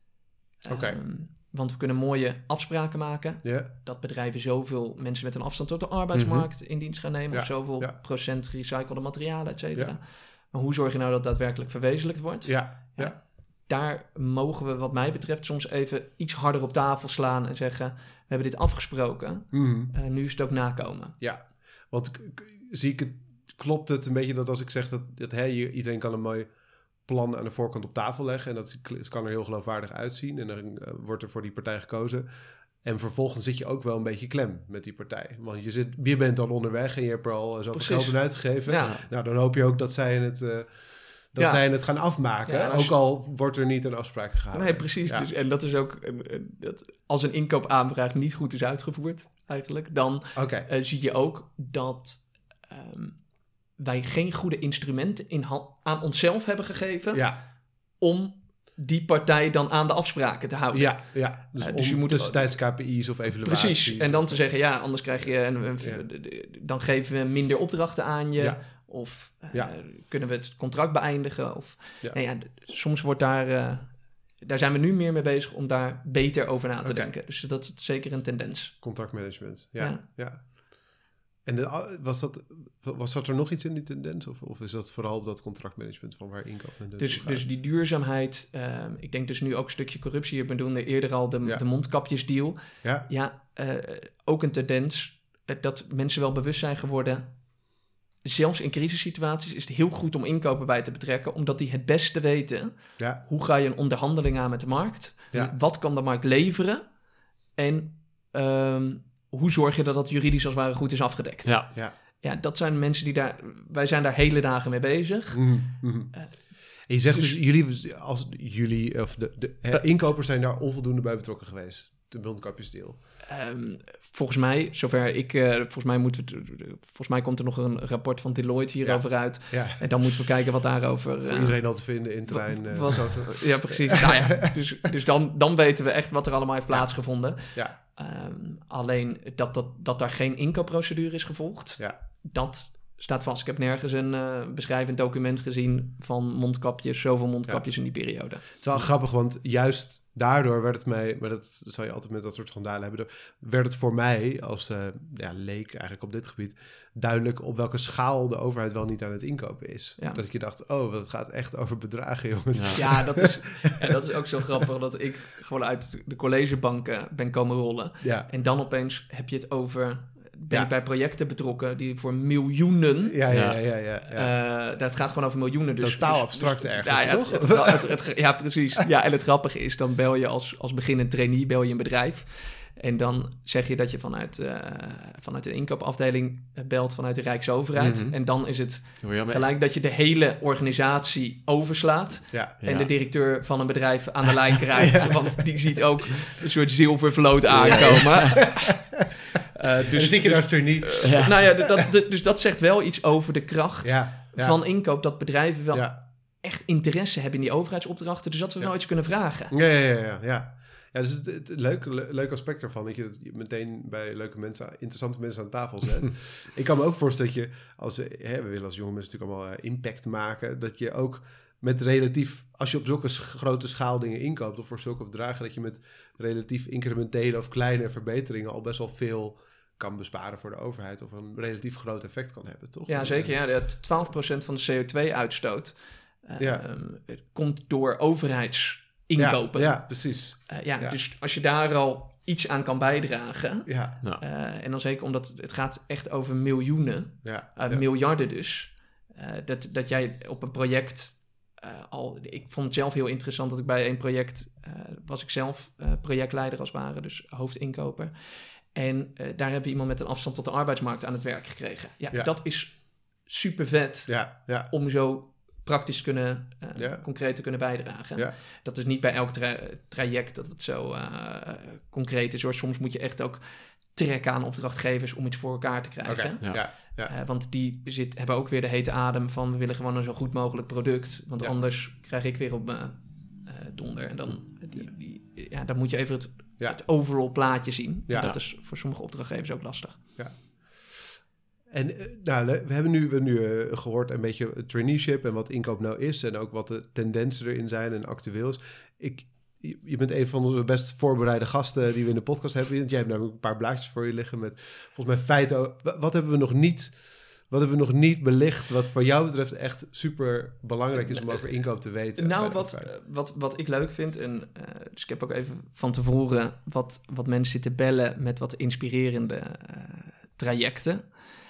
[SPEAKER 2] Oké. Okay.
[SPEAKER 3] Um, want we kunnen mooie afspraken maken.
[SPEAKER 2] Yeah.
[SPEAKER 3] Dat bedrijven zoveel mensen met een afstand tot de arbeidsmarkt mm-hmm. in dienst gaan nemen. Ja. Of zoveel
[SPEAKER 2] ja.
[SPEAKER 3] procent gerecyclede materialen, et cetera.
[SPEAKER 2] Ja.
[SPEAKER 3] Maar hoe zorg je nou dat daadwerkelijk verwezenlijkt wordt?
[SPEAKER 2] Ja. Ja.
[SPEAKER 3] Ja. Daar mogen we wat mij betreft soms even iets harder op tafel slaan en zeggen... we hebben dit afgesproken.
[SPEAKER 2] Mm-hmm.
[SPEAKER 3] Uh, nu is het ook nakomen.
[SPEAKER 2] Ja, want... Zie ik het, klopt het een beetje dat als ik zeg dat, dat hè, iedereen kan een mooi plan aan de voorkant op tafel leggen en dat kan er heel geloofwaardig uitzien en dan uh, wordt er voor die partij gekozen. En vervolgens zit je ook wel een beetje klem met die partij. Want je, zit, je bent al onderweg en je hebt er al zoveel geld in uitgegeven. Ja. Nou, dan hoop je ook dat zij het... Uh, Dat ja. zij het gaan afmaken, ja, ook al wordt er niet een afspraak gehouden.
[SPEAKER 3] Nee, precies. Ja. Dus, en dat is ook... Dat als een inkoopaanvraag niet goed is uitgevoerd, eigenlijk... dan okay. uh, zie je ook dat um, wij geen goede instrumenten in ha- aan onszelf hebben gegeven...
[SPEAKER 2] Ja.
[SPEAKER 3] om die partij dan aan de afspraken te houden.
[SPEAKER 2] Ja, ja. Dus, uh, dus je moet tussentijds K P I's of evaluaties.
[SPEAKER 3] Precies. En dan te zeggen, ja, anders krijg je... Een, een, ja. Dan geven we minder opdrachten aan je... Ja. Of uh, ja. kunnen we het contract beëindigen? Of, ja. Nou ja, soms wordt daar... Uh, daar zijn we nu meer mee bezig om daar beter over na te okay. denken. Dus dat is zeker een tendens.
[SPEAKER 2] Contractmanagement, ja. ja. ja. En de, was, dat, was dat er nog iets in die tendens? Of, of is dat vooral dat contractmanagement van waar inkoop en de
[SPEAKER 3] dus, dus die duurzaamheid... Uh, ik denk dus nu ook een stukje corruptie. Je bedoelde eerder al de, ja. de mondkapjesdeal.
[SPEAKER 2] Ja,
[SPEAKER 3] ja uh, ook een tendens uh, dat mensen wel bewust zijn geworden... Zelfs in crisissituaties is het heel goed om inkopen bij te betrekken... omdat die het beste weten...
[SPEAKER 2] Ja.
[SPEAKER 3] Hoe ga je een onderhandeling aan met de markt?
[SPEAKER 2] Ja.
[SPEAKER 3] Wat kan de markt leveren? En um, hoe zorg je dat dat juridisch als het ware goed is afgedekt?
[SPEAKER 2] Ja, ja.
[SPEAKER 3] ja dat zijn mensen die daar... Wij zijn daar hele dagen mee bezig.
[SPEAKER 2] Mm-hmm. Mm-hmm. Uh, en je zegt dus, dus jullie, als jullie of de, de uh, inkopers zijn daar onvoldoende bij betrokken geweest... de mondkapjesdeal?
[SPEAKER 3] Um, volgens mij, zover ik... Uh, volgens, mij moeten we, volgens mij komt er nog een rapport van Deloitte hierover ja. uit.
[SPEAKER 2] Ja.
[SPEAKER 3] En dan moeten we kijken wat daarover...
[SPEAKER 2] Voor uh, iedereen al te vinden in trein. Uh,
[SPEAKER 3] wat, ja, precies. nou ja, dus dus dan, dan weten we echt wat er allemaal heeft plaatsgevonden.
[SPEAKER 2] Ja.
[SPEAKER 3] Um, alleen dat, dat, dat daar geen inkoopprocedure is gevolgd...
[SPEAKER 2] Ja.
[SPEAKER 3] dat staat vast. Ik heb nergens een uh, beschrijvend document gezien... van mondkapjes, zoveel mondkapjes ja. in die periode.
[SPEAKER 2] Het is wel grappig, want juist daardoor werd het mij... maar dat zal je altijd met dat soort schandalen hebben... werd het voor mij als uh, ja, leek eigenlijk op dit gebied... duidelijk op welke schaal de overheid wel niet aan het inkopen is. Ja. Dat ik je dacht, oh, het gaat echt over bedragen, jongens.
[SPEAKER 3] Ja, ja dat, is, en dat is ook zo grappig... dat ik gewoon uit de collegebanken ben komen rollen.
[SPEAKER 2] Ja.
[SPEAKER 3] En dan opeens heb je het over... ben ja. ik bij projecten betrokken die voor miljoenen...
[SPEAKER 2] Ja, ja, ja. ja,
[SPEAKER 3] ja. Uh, dat gaat gewoon over miljoenen. Dus,
[SPEAKER 2] Totaal
[SPEAKER 3] dus,
[SPEAKER 2] abstract
[SPEAKER 3] dus,
[SPEAKER 2] ergens,
[SPEAKER 3] ja, ja,
[SPEAKER 2] toch?
[SPEAKER 3] Het, het, het, het, ja, precies. Ja, en het grappige is, dan bel je als, als beginnend trainee, bel je een bedrijf... En dan zeg je dat je vanuit, uh, vanuit de inkoopafdeling belt vanuit de Rijksoverheid. Mm-hmm. En dan is het gelijk dat je de hele organisatie overslaat.
[SPEAKER 2] Ja,
[SPEAKER 3] en
[SPEAKER 2] ja.
[SPEAKER 3] de directeur van een bedrijf aan de lijn krijgt. Ja. Want die ziet ook een soort zilvervloot aankomen. Ja, ja.
[SPEAKER 2] Uh, dus, dan zit je daar dus niet.
[SPEAKER 3] Uh, ja. Nou ja, dat, dat, dus dat zegt wel iets over de kracht
[SPEAKER 2] ja, ja.
[SPEAKER 3] van inkoop. Dat bedrijven wel...
[SPEAKER 2] Ja.
[SPEAKER 3] echt interesse hebben in die overheidsopdrachten. Dus dat we
[SPEAKER 2] Ja.
[SPEAKER 3] wel iets kunnen vragen.
[SPEAKER 2] Ja, ja, ja. ja, ja. Ja, dus het, het, het leuke, le- leuke aspect daarvan, dat je het meteen bij leuke mensen, interessante mensen aan tafel zet. Ik kan me ook voorstellen dat je, als, hè, we willen als jonge mensen natuurlijk allemaal uh, impact maken, dat je ook met relatief, als je op zulke sch- grote schaal dingen inkoopt, of voor zulke bedragen, dat je met relatief incrementele of kleine verbeteringen al best wel veel kan besparen voor de overheid, of een relatief groot effect kan hebben, toch?
[SPEAKER 3] Ja, zeker. Ja, dat twaalf procent van de C O twee uitstoot uh,
[SPEAKER 2] Ja.
[SPEAKER 3] um, komt door overheidsinkopen.
[SPEAKER 2] Ja, ja, precies.
[SPEAKER 3] Uh, ja,
[SPEAKER 2] Ja.
[SPEAKER 3] Dus als je daar al iets aan kan bijdragen,
[SPEAKER 2] Ja,
[SPEAKER 1] Nou,
[SPEAKER 3] uh, en dan zeker omdat het gaat echt over miljoenen,
[SPEAKER 2] ja.
[SPEAKER 3] uh,
[SPEAKER 2] ja.
[SPEAKER 3] miljarden dus, uh, dat, dat jij op een project uh, al... Ik vond het zelf heel interessant dat ik bij een project, uh, was ik zelf uh, projectleider als het ware, dus hoofdinkoper. En uh, daar hebben we iemand met een afstand tot de arbeidsmarkt aan het werk gekregen. Ja,
[SPEAKER 2] Ja.
[SPEAKER 3] dat is super vet
[SPEAKER 2] Ja, ja.
[SPEAKER 3] om zo praktisch te kunnen, uh,
[SPEAKER 2] Ja.
[SPEAKER 3] concreet te kunnen bijdragen.
[SPEAKER 2] Ja.
[SPEAKER 3] Dat is niet bij elk tra- traject dat het zo uh, concreet is hoor. Soms moet je echt ook trekken aan opdrachtgevers om iets voor elkaar te krijgen.
[SPEAKER 2] Oké,
[SPEAKER 1] Ja.
[SPEAKER 2] ja, ja.
[SPEAKER 3] Uh, want die zit, hebben ook weer de hete adem van we willen gewoon een zo goed mogelijk product. Want
[SPEAKER 2] Ja.
[SPEAKER 3] anders krijg ik weer op mijn uh, donder. En dan, die, die, ja, dan moet je even het,
[SPEAKER 2] Ja.
[SPEAKER 3] het overall plaatje zien.
[SPEAKER 2] Ja.
[SPEAKER 3] En dat is voor sommige opdrachtgevers ook lastig.
[SPEAKER 2] En uh, nou, le- we hebben nu, we hebben nu uh, gehoord een beetje het traineeship en wat inkoop nou is en ook wat de tendensen erin zijn en actueel is. Ik, je je bent een van onze best voorbereide gasten die we in de podcast hebben. Want jij hebt namelijk een paar blaadjes voor je liggen met volgens mij feiten. o- Wat, wat hebben we nog niet, wat hebben we nog niet belicht wat voor jou betreft echt super belangrijk is om over inkoop te weten? bij
[SPEAKER 3] Nou,
[SPEAKER 2] de
[SPEAKER 3] wat,
[SPEAKER 2] overheid?
[SPEAKER 3] uh, wat, wat ik leuk vind, en uh, dus ik heb ook even van tevoren wat, wat mensen zitten bellen met wat inspirerende uh, trajecten.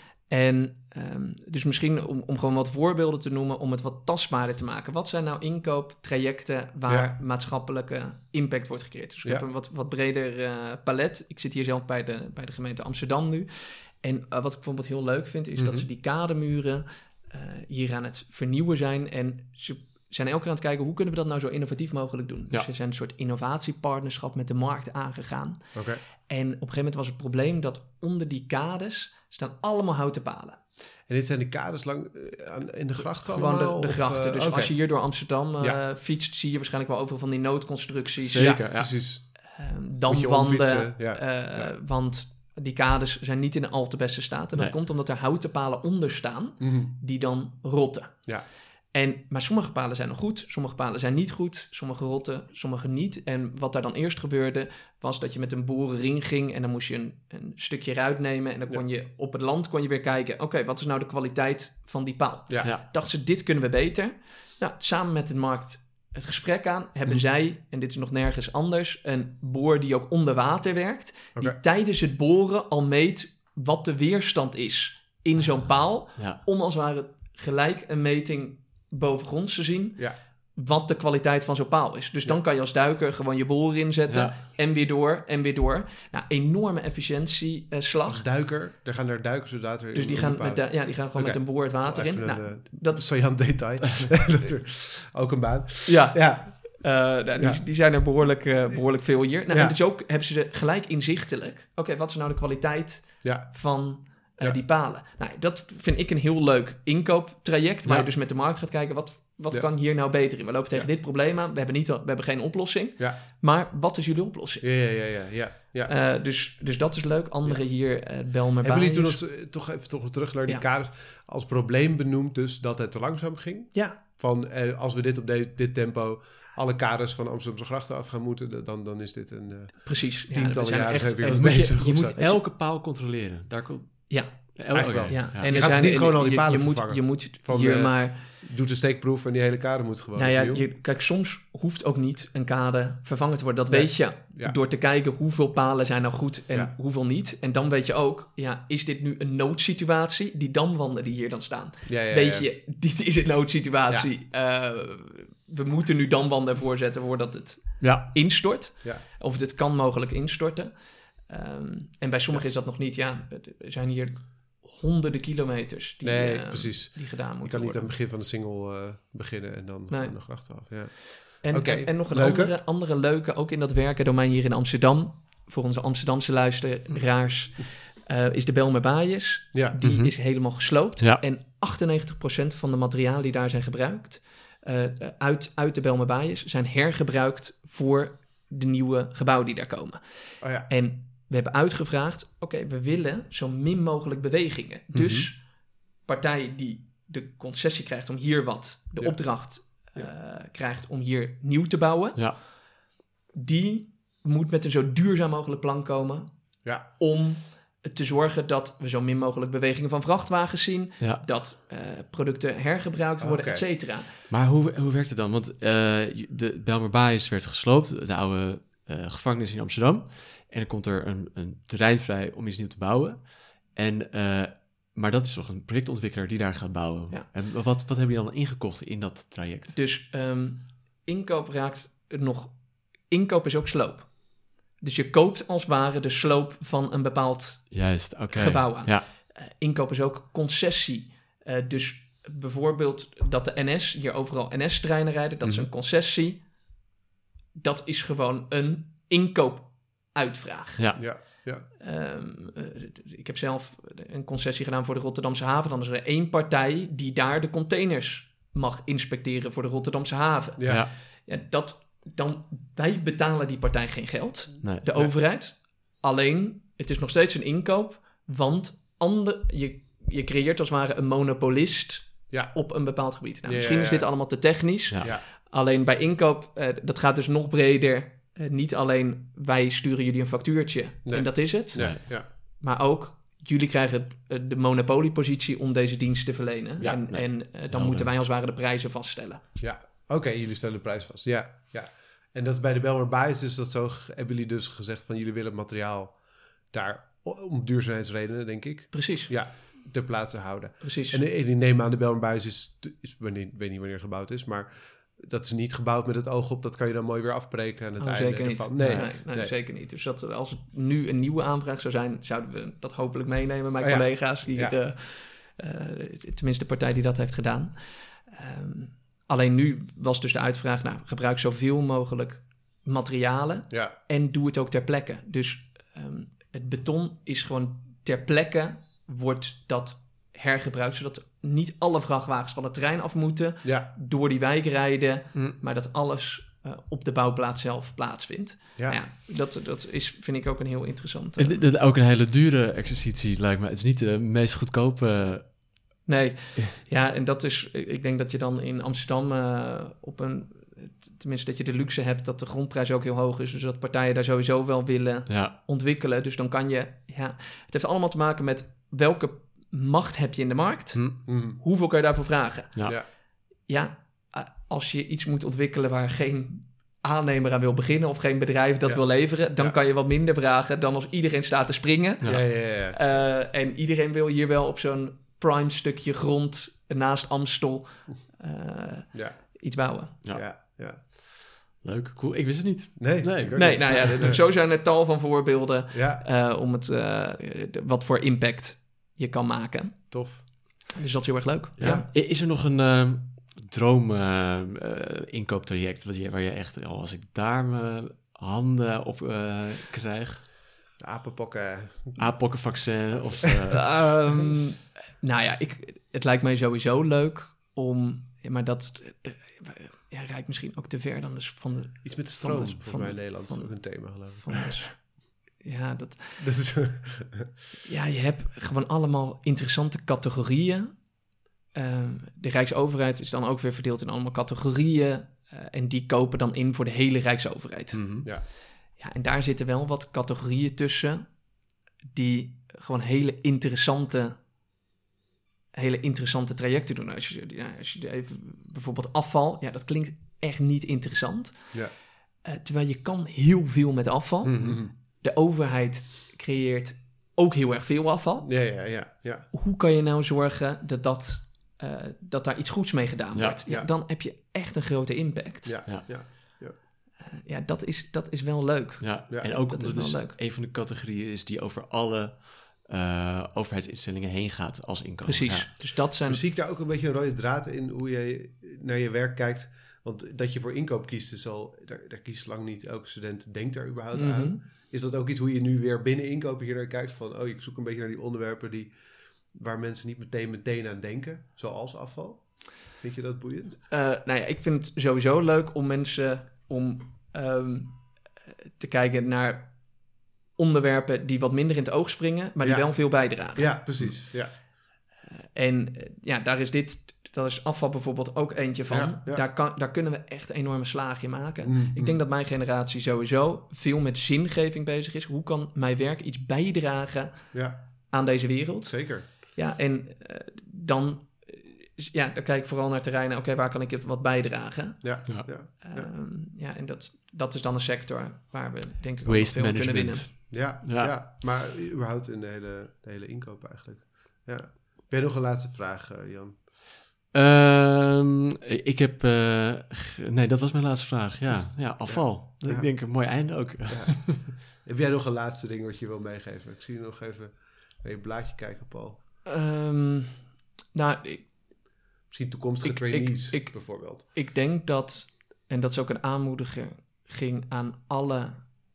[SPEAKER 3] En um, dus misschien om, om gewoon wat voorbeelden te noemen om het wat tastbaarder te maken. Wat zijn nou inkooptrajecten waar
[SPEAKER 2] Ja.
[SPEAKER 3] maatschappelijke impact wordt gecreëerd? Dus ik
[SPEAKER 2] Ja.
[SPEAKER 3] heb een wat, wat breder uh, palet. Ik zit hier zelf bij de, bij de gemeente Amsterdam nu. En uh, wat ik bijvoorbeeld heel leuk vind, is
[SPEAKER 2] Mhm.
[SPEAKER 3] dat ze die kademuren uh, hier aan het vernieuwen zijn. En ze zijn elke keer aan het kijken, hoe kunnen we dat nou zo innovatief mogelijk doen? Dus
[SPEAKER 1] Ja.
[SPEAKER 3] ze zijn een soort innovatiepartnerschap met de markt aangegaan.
[SPEAKER 2] Oké.
[SPEAKER 3] En op een gegeven moment was het probleem dat onder die kades staan allemaal houten palen.
[SPEAKER 2] En dit zijn de kaders lang uh, aan, in de grachten
[SPEAKER 3] Gewoon
[SPEAKER 2] allemaal?
[SPEAKER 3] de, de
[SPEAKER 2] of,
[SPEAKER 3] grachten.
[SPEAKER 2] uh,
[SPEAKER 3] dus
[SPEAKER 2] oké.
[SPEAKER 3] als je hier door Amsterdam uh,
[SPEAKER 2] Ja.
[SPEAKER 3] fietst, zie je waarschijnlijk wel overal van die noodconstructies.
[SPEAKER 1] Zeker,
[SPEAKER 2] Ja,
[SPEAKER 1] ja.
[SPEAKER 2] precies.
[SPEAKER 3] Um,
[SPEAKER 2] Moet
[SPEAKER 3] dan
[SPEAKER 2] je
[SPEAKER 3] wanden.
[SPEAKER 2] omfietsen, ja.
[SPEAKER 3] uh,
[SPEAKER 2] Ja.
[SPEAKER 3] Want die kades zijn niet in een al te beste staat. En dat
[SPEAKER 1] Nee.
[SPEAKER 3] komt omdat er houten palen onder staan
[SPEAKER 2] Mhm.
[SPEAKER 3] die dan rotten.
[SPEAKER 2] Ja.
[SPEAKER 3] En, maar sommige palen zijn nog goed, sommige palen zijn niet goed, sommige rotten, sommige niet. En wat daar dan eerst gebeurde, was dat je met een borenring ging en dan moest je een, een stukje eruit nemen. En dan kon je op het land kon je weer kijken, oké, okay, wat is nou de kwaliteit van die paal?
[SPEAKER 2] Ja.
[SPEAKER 1] Ja.
[SPEAKER 3] Dachten ze, dit kunnen we beter. Nou, samen met de markt het gesprek aan, hebben
[SPEAKER 2] Mhm.
[SPEAKER 3] zij, en dit is nog nergens anders, een boor die ook onder water werkt,
[SPEAKER 2] Oké.
[SPEAKER 3] die tijdens het boren al meet wat de weerstand is in zo'n paal,
[SPEAKER 1] Ja.
[SPEAKER 3] om als het ware gelijk een meting bovengronds te zien
[SPEAKER 2] Ja.
[SPEAKER 3] wat de kwaliteit van zo'n paal is. Dus
[SPEAKER 2] Ja.
[SPEAKER 3] dan kan je als duiker gewoon je boor inzetten
[SPEAKER 1] Ja.
[SPEAKER 3] en weer door en weer door. Nou, enorme efficiëntieslag.
[SPEAKER 2] Als duiker, daar gaan er duikers het water in.
[SPEAKER 3] Dus die gaan, met, du- ja, die gaan gewoon
[SPEAKER 2] Oké.
[SPEAKER 3] met een boor het water in.
[SPEAKER 2] Even
[SPEAKER 3] Nou,
[SPEAKER 2] een, uh,
[SPEAKER 3] dat is,
[SPEAKER 2] saillant detail. Dat er- ook een baan.
[SPEAKER 3] ja,
[SPEAKER 2] Ja,
[SPEAKER 3] eh, nou, die,
[SPEAKER 2] Ja.
[SPEAKER 3] die zijn er behoorlijk, eh, behoorlijk veel hier. Nou,
[SPEAKER 2] Ja.
[SPEAKER 3] en dus ook hebben ze gelijk inzichtelijk. Oké, wat is nou de kwaliteit
[SPEAKER 2] ja,
[SPEAKER 3] van uh,
[SPEAKER 2] Ja.
[SPEAKER 3] die palen? Nou, dat vind ik een heel leuk inkooptraject. Waar
[SPEAKER 1] Ja.
[SPEAKER 3] je dus met de markt gaat kijken, wat, wat
[SPEAKER 2] Ja.
[SPEAKER 3] kan hier nou beter in? We lopen tegen
[SPEAKER 2] Ja.
[SPEAKER 3] dit probleem aan. We hebben, niet, we hebben geen oplossing.
[SPEAKER 2] ja,
[SPEAKER 3] Maar wat is jullie oplossing?
[SPEAKER 2] ja, ja, ja, ja, ja, ja.
[SPEAKER 3] Uh, dus, dus dat is leuk. Anderen hier, uh, Belmer
[SPEAKER 2] Hebben jullie toen
[SPEAKER 3] Baaiers.
[SPEAKER 2] als, eh, toch even toch terug naar die
[SPEAKER 3] Ja.
[SPEAKER 2] kaders, als probleem benoemd dus dat het te langzaam ging?
[SPEAKER 3] Ja,
[SPEAKER 2] Van eh, als we dit op de, dit tempo alle kaders van Amsterdamse grachten af gaan moeten, dan, dan is dit een... eh,
[SPEAKER 3] precies. Ja,
[SPEAKER 2] Tientallen
[SPEAKER 3] we zijn
[SPEAKER 2] jaren
[SPEAKER 3] echt,
[SPEAKER 2] zijn we
[SPEAKER 3] echt-
[SPEAKER 2] hier
[SPEAKER 3] moet je-
[SPEAKER 2] bezig.
[SPEAKER 3] je
[SPEAKER 1] Je
[SPEAKER 2] Of
[SPEAKER 1] moet
[SPEAKER 2] zo.
[SPEAKER 1] elke paal controleren. Daar komt...
[SPEAKER 3] Ja,
[SPEAKER 1] El-
[SPEAKER 2] Eigenlijk
[SPEAKER 1] oké,
[SPEAKER 2] wel.
[SPEAKER 3] ja.
[SPEAKER 1] ja.
[SPEAKER 3] En
[SPEAKER 2] Je
[SPEAKER 3] er
[SPEAKER 2] gaat
[SPEAKER 3] zijn,
[SPEAKER 2] niet gewoon al die
[SPEAKER 3] je-
[SPEAKER 2] palen
[SPEAKER 3] je, moet,
[SPEAKER 2] vervangen.
[SPEAKER 3] je moet
[SPEAKER 2] Van
[SPEAKER 3] hier
[SPEAKER 2] de-
[SPEAKER 3] maar...
[SPEAKER 2] doet de steekproef en die hele kade moet gewoon
[SPEAKER 3] Nou ja,
[SPEAKER 2] opnieuw.
[SPEAKER 3] je, kijk, soms hoeft ook niet een kade vervangen te worden. Dat
[SPEAKER 2] Nee.
[SPEAKER 3] weet je
[SPEAKER 2] Ja.
[SPEAKER 3] door te kijken hoeveel palen zijn nou goed en
[SPEAKER 2] Ja.
[SPEAKER 3] hoeveel niet. En dan weet je ook, ja, is dit nu een noodsituatie? Die damwanden die hier dan staan.
[SPEAKER 2] Ja, ja, ja,
[SPEAKER 3] weet
[SPEAKER 2] ja.
[SPEAKER 3] je, dit is een noodsituatie. Eh, we moeten nu damwanden ervoor zetten voordat het
[SPEAKER 1] Ja.
[SPEAKER 3] instort.
[SPEAKER 2] Ja.
[SPEAKER 3] Of dit kan mogelijk instorten. Ehm, en bij sommigen is dat nog niet. Ja, er zijn hier honderden kilometers die,
[SPEAKER 2] Nee,
[SPEAKER 3] eh,
[SPEAKER 2] precies.
[SPEAKER 3] die gedaan
[SPEAKER 2] Je
[SPEAKER 3] moeten
[SPEAKER 2] kan niet aan
[SPEAKER 3] worden.
[SPEAKER 2] het begin van de single eh, beginnen en dan
[SPEAKER 3] Nee.
[SPEAKER 2] aan de grachten af. Ja.
[SPEAKER 3] En,
[SPEAKER 2] Oké,
[SPEAKER 3] en, en nog een
[SPEAKER 2] leuke.
[SPEAKER 3] andere, andere leuke, ook in dat werkendomein hier in Amsterdam, voor onze Amsterdamse luisteraars, uh, is de Belmer Baaiers.
[SPEAKER 2] Ja.
[SPEAKER 3] Die
[SPEAKER 1] Mhm.
[SPEAKER 3] is helemaal gesloopt.
[SPEAKER 1] Ja.
[SPEAKER 3] En achtennegentig procent van de materialen die daar zijn gebruikt, uh, uit, uit de Bijlmer Baaiers zijn hergebruikt voor de nieuwe gebouwen die daar komen.
[SPEAKER 2] Oh ja.
[SPEAKER 3] En we hebben uitgevraagd, oké, okay, we willen zo min mogelijk bewegingen. Mm-hmm. Dus partij die de concessie krijgt om hier wat, de ja. opdracht uh, ja. krijgt om hier nieuw te bouwen,
[SPEAKER 1] ja.
[SPEAKER 3] die moet met een zo duurzaam mogelijk plan komen
[SPEAKER 2] ja.
[SPEAKER 3] om te zorgen dat we zo min mogelijk bewegingen van vrachtwagens zien,
[SPEAKER 1] ja.
[SPEAKER 3] dat uh, producten hergebruikt worden,
[SPEAKER 2] okay.
[SPEAKER 3] et cetera.
[SPEAKER 1] Maar hoe, hoe werkt het dan? Want uh, de Bijlmer Baaiers werd gesloopt, de oude uh, gevangenis in Amsterdam, en dan komt er een, een terrein vrij om iets nieuws te bouwen. En, uh, maar dat is toch een projectontwikkelaar die daar gaat bouwen.
[SPEAKER 3] Ja.
[SPEAKER 1] En wat, wat hebben jullie dan ingekocht in dat traject?
[SPEAKER 3] Dus um, inkoop raakt nog... Inkoop is ook sloop. Dus je koopt als ware de sloop van een bepaald
[SPEAKER 1] Juist, okay.
[SPEAKER 3] gebouw aan.
[SPEAKER 1] Ja.
[SPEAKER 3] Uh, inkoop is ook concessie. Uh, dus bijvoorbeeld dat de N S, hier overal N S-treinen rijden, dat mm-hmm. is een concessie. Dat is gewoon een inkoopuitvraag.
[SPEAKER 1] Ja.
[SPEAKER 2] Ja. Ja.
[SPEAKER 3] Um, uh, ik heb zelf een concessie gedaan voor de Rotterdamse haven. Dan is er één partij die daar de containers mag inspecteren voor de Rotterdamse haven.
[SPEAKER 2] Ja.
[SPEAKER 1] Ja.
[SPEAKER 3] Ja, dat, dan, wij betalen die partij geen geld,
[SPEAKER 1] nee,
[SPEAKER 3] de
[SPEAKER 1] nee.
[SPEAKER 3] overheid. Alleen, het is nog steeds een inkoop, want ander, je, je creëert als het ware een monopolist
[SPEAKER 2] ja.
[SPEAKER 3] op een bepaald gebied. Nou,
[SPEAKER 2] ja,
[SPEAKER 3] misschien
[SPEAKER 2] ja, ja.
[SPEAKER 3] is dit allemaal te technisch.
[SPEAKER 1] Ja.
[SPEAKER 2] Ja.
[SPEAKER 3] Alleen bij inkoop, uh, dat gaat dus nog breder. Uh, niet alleen wij sturen jullie een factuurtje
[SPEAKER 2] nee.
[SPEAKER 3] en dat is het.
[SPEAKER 2] Nee. Ja.
[SPEAKER 3] Maar ook, jullie krijgen uh, de monopoliepositie om deze dienst te verlenen.
[SPEAKER 2] Ja,
[SPEAKER 3] en
[SPEAKER 1] nee.
[SPEAKER 3] en uh, dan
[SPEAKER 1] ja,
[SPEAKER 3] moeten
[SPEAKER 1] dan.
[SPEAKER 3] wij als het ware de prijzen vaststellen.
[SPEAKER 2] Ja. Oké, okay, jullie stellen de prijs vast. Ja, ja. En dat is bij de Bijlmer Baaiers is dat zo. Hebben jullie dus gezegd van jullie willen materiaal daar om duurzaamheidsredenen, denk ik.
[SPEAKER 3] Precies.
[SPEAKER 2] Ja, ter plaatse houden.
[SPEAKER 3] Precies.
[SPEAKER 2] En ik neem aan de Bijlmer Baaiers is, is wanneer, ik weet niet wanneer het gebouwd is, maar dat is niet gebouwd met het oog op, dat kan je dan mooi weer afbreken aan het
[SPEAKER 3] oh,
[SPEAKER 2] einde
[SPEAKER 3] zeker
[SPEAKER 2] ervan.
[SPEAKER 3] niet.
[SPEAKER 2] Nee,
[SPEAKER 3] Nee, nee,
[SPEAKER 2] nee.
[SPEAKER 3] zeker niet. Dus dat, als het nu een nieuwe aanvraag zou zijn, zouden we dat hopelijk meenemen, mijn
[SPEAKER 2] oh, ja.
[SPEAKER 3] collega's, die
[SPEAKER 2] Ja.
[SPEAKER 3] de, uh, tenminste de partij die dat heeft gedaan. Um, alleen nu was dus de uitvraag, nou, gebruik zoveel mogelijk materialen
[SPEAKER 2] Ja.
[SPEAKER 3] en doe het ook ter plekke. Dus um, het beton is gewoon ter plekke, wordt dat hergebruikt, zodat niet alle vrachtwagens van het terrein af moeten,
[SPEAKER 2] Ja.
[SPEAKER 3] door die wijk rijden,
[SPEAKER 1] Mm.
[SPEAKER 3] maar dat alles uh, op de bouwplaats zelf plaatsvindt.
[SPEAKER 2] Ja.
[SPEAKER 3] Nou ja, dat, dat is, vind ik ook een heel interessant.
[SPEAKER 1] Het, dat is ook een hele dure exercitie, lijkt me. Het is niet de meest goedkope.
[SPEAKER 3] Nee, ja, en dat is, ik denk dat je dan in Amsterdam uh, op een, tenminste dat je de luxe hebt dat de grondprijs ook heel hoog is, dus dat partijen daar sowieso wel willen
[SPEAKER 1] Ja.
[SPEAKER 3] ontwikkelen. Dus dan kan je, ja, het heeft allemaal te maken met welke macht heb je in de markt,
[SPEAKER 1] Hm.
[SPEAKER 2] Mm.
[SPEAKER 3] hoeveel kan je daarvoor vragen?
[SPEAKER 1] Ja.
[SPEAKER 2] Ja.
[SPEAKER 3] Ja, uh, als je iets moet ontwikkelen waar geen aannemer aan wil beginnen of geen bedrijf dat
[SPEAKER 2] Ja.
[SPEAKER 3] wil leveren, dan
[SPEAKER 2] Ja.
[SPEAKER 3] kan je wat minder vragen dan als iedereen staat te springen.
[SPEAKER 1] Ja.
[SPEAKER 2] Ja, ja, ja. ja.
[SPEAKER 3] Uh, en iedereen wil hier wel op zo'n prime stukje grond naast Amstel uh,
[SPEAKER 2] Ja.
[SPEAKER 3] iets bouwen.
[SPEAKER 1] Ja.
[SPEAKER 2] Ja. Ja.
[SPEAKER 1] Leuk, cool. Ik wist het niet.
[SPEAKER 2] Nee,
[SPEAKER 1] Nee.
[SPEAKER 2] ik ook
[SPEAKER 3] Nee,
[SPEAKER 2] niet.
[SPEAKER 3] nou ja,
[SPEAKER 2] Nee.
[SPEAKER 3] zo zijn er tal van voorbeelden
[SPEAKER 2] Ja,
[SPEAKER 3] uh, om het, uh, de- wat voor impact je kan maken.
[SPEAKER 2] tof.
[SPEAKER 3] Dus dat is heel erg leuk.
[SPEAKER 1] Ja.
[SPEAKER 3] Ja.
[SPEAKER 1] I- Is er nog een uh, droom uh, uh, inkooptraject wat je, waar je echt, oh, als ik daar mijn handen op uh, krijg,
[SPEAKER 2] De apenpokken.
[SPEAKER 1] A-pokkenvaccin of... Uh,
[SPEAKER 3] Um, nou ja, ik, het lijkt mij sowieso leuk om, ja, maar dat de, ja, rijdt misschien ook te ver dan dus van de...
[SPEAKER 2] Iets met de
[SPEAKER 3] Van
[SPEAKER 2] stroom,
[SPEAKER 3] de-
[SPEAKER 2] volgens
[SPEAKER 3] van
[SPEAKER 2] mij
[SPEAKER 3] de-
[SPEAKER 2] in Nederland.
[SPEAKER 3] van
[SPEAKER 2] is ook
[SPEAKER 3] de-
[SPEAKER 2] een thema, geloof ik.
[SPEAKER 3] Van de ja, dat,
[SPEAKER 2] Dat is...
[SPEAKER 3] ja, je hebt gewoon allemaal interessante categorieën. Um, de Rijksoverheid is dan ook weer verdeeld in allemaal categorieën. Uh, en die kopen dan in voor de hele Rijksoverheid.
[SPEAKER 1] mhm.
[SPEAKER 2] Ja.
[SPEAKER 3] Ja, en daar zitten wel wat categorieën tussen die gewoon hele interessante, hele interessante trajecten doen. Als je, ja, als je even bijvoorbeeld afval, ja, dat klinkt echt niet interessant.
[SPEAKER 2] Ja.
[SPEAKER 3] Uh, terwijl je kan heel veel met afval.
[SPEAKER 1] Mhm.
[SPEAKER 2] Mhm.
[SPEAKER 3] De overheid creëert ook heel erg veel afval.
[SPEAKER 2] Ja, ja, ja, ja.
[SPEAKER 3] Hoe kan je nou zorgen dat, dat, uh, dat daar iets goeds mee gedaan
[SPEAKER 1] Ja,
[SPEAKER 3] wordt? Ja,
[SPEAKER 2] ja.
[SPEAKER 3] dan heb je echt een grote impact.
[SPEAKER 2] Ja,
[SPEAKER 1] Ja.
[SPEAKER 2] ja.
[SPEAKER 3] Uh, ja, dat is, dat is wel leuk.
[SPEAKER 1] Ja.
[SPEAKER 2] Ja,
[SPEAKER 1] En ook
[SPEAKER 3] dat is
[SPEAKER 1] omdat het
[SPEAKER 3] wel
[SPEAKER 1] dus
[SPEAKER 3] leuk.
[SPEAKER 1] een van de categorieën is die over alle uh, overheidsinstellingen heen gaat als inkomen.
[SPEAKER 3] Precies.
[SPEAKER 1] Ja.
[SPEAKER 3] Dus dat zijn...
[SPEAKER 2] Maar zie ik daar ook een beetje een rode draad in hoe je naar je werk kijkt? Want dat je voor inkoop kiest, is al, daar, daar kiest lang niet elke student denkt daar überhaupt
[SPEAKER 3] Mhm.
[SPEAKER 2] aan. Is dat ook iets hoe je nu weer binnen inkopen hier naar kijkt? Van, oh, ik zoek een beetje naar die onderwerpen die, waar mensen niet meteen meteen aan denken, zoals afval? Vind je dat boeiend?
[SPEAKER 3] Uh, nou ja, ik vind het sowieso leuk om mensen om um, te kijken naar onderwerpen die wat minder in het oog springen, maar die
[SPEAKER 2] ja.
[SPEAKER 3] wel veel bijdragen.
[SPEAKER 2] Ja, precies. Ja.
[SPEAKER 3] Uh, en uh, ja, daar is dit, daar is afval bijvoorbeeld ook eentje van.
[SPEAKER 2] Ja, ja.
[SPEAKER 3] Daar, kan, daar kunnen we echt een enorme slaag in maken.
[SPEAKER 2] Mm,
[SPEAKER 3] ik denk dat mijn generatie sowieso veel met zingeving bezig is. Hoe kan mijn werk iets bijdragen
[SPEAKER 2] ja.
[SPEAKER 3] aan deze wereld?
[SPEAKER 2] Zeker.
[SPEAKER 3] Ja, en uh, dan... Ja, dan kijk ik vooral naar terreinen. Oké, okay, waar kan ik wat bijdragen?
[SPEAKER 2] Ja, ja.
[SPEAKER 3] ja. Um, ja en dat, dat is dan een sector waar we denk ik
[SPEAKER 1] Waste
[SPEAKER 3] ook veel
[SPEAKER 1] management.
[SPEAKER 3] kunnen winnen.
[SPEAKER 2] Ja, ja. ja, maar überhaupt in de hele, de hele inkoop eigenlijk. Ja. Ben je nog een laatste vraag, uh, Jan?
[SPEAKER 1] Um, ik heb... Uh, g- nee, dat was mijn laatste vraag. Ja, ja afval. Ja. Ik denk een mooi einde ook.
[SPEAKER 2] Ja. Heb jij nog een laatste ding wat je wil meegeven? Ik zie je nog even naar je blaadje kijken, Paul.
[SPEAKER 3] Um, nou, ik...
[SPEAKER 2] Misschien toekomstige
[SPEAKER 3] ik,
[SPEAKER 2] trainees,
[SPEAKER 3] ik, ik,
[SPEAKER 2] bijvoorbeeld.
[SPEAKER 3] Ik denk dat, en dat is ook een aanmoediging aan alle,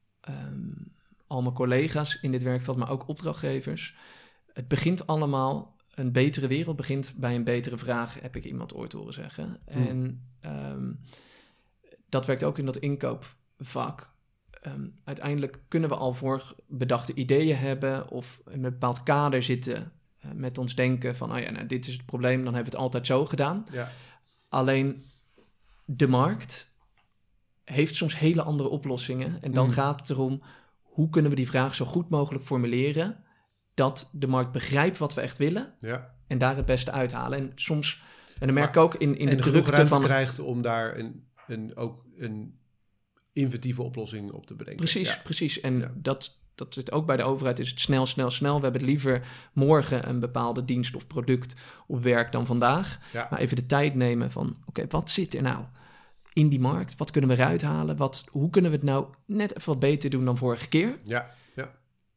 [SPEAKER 3] um, al mijn collega's in dit werkveld, maar ook opdrachtgevers. Het begint allemaal, een betere wereld begint bij een betere vraag, heb ik iemand ooit horen zeggen. Hmm. En um, dat werkt ook in dat inkoopvak. Um, uiteindelijk kunnen we al voorbedachte ideeën hebben of in een bepaald kader zitten met ons denken van, oh ja, nou, dit is het probleem, dan hebben we het altijd zo gedaan.
[SPEAKER 2] Ja.
[SPEAKER 3] Alleen de markt heeft soms hele andere oplossingen. En dan mm. gaat het erom, hoe kunnen we die vraag zo goed mogelijk formuleren, dat de markt begrijpt wat we echt willen
[SPEAKER 2] ja.
[SPEAKER 3] en daar het beste uithalen. En soms, en dan merk ik
[SPEAKER 2] maar,
[SPEAKER 3] ook in, in
[SPEAKER 2] en
[SPEAKER 3] de
[SPEAKER 2] de
[SPEAKER 3] drukte van...
[SPEAKER 2] krijgt om daar een, een, ook een inventieve oplossing op te bedenken.
[SPEAKER 3] Precies,
[SPEAKER 2] ja.
[SPEAKER 3] precies. En
[SPEAKER 2] ja.
[SPEAKER 3] dat... Dat zit ook bij de overheid, is het snel, snel, snel. We hebben het liever morgen een bepaalde dienst of product of werk dan vandaag.
[SPEAKER 2] Ja.
[SPEAKER 3] Maar even de tijd nemen van, oké, okay, wat zit er nou in die markt? Wat kunnen we eruit halen? Wat, hoe kunnen we het nou net even wat beter doen dan vorige keer?
[SPEAKER 2] Ja, ja.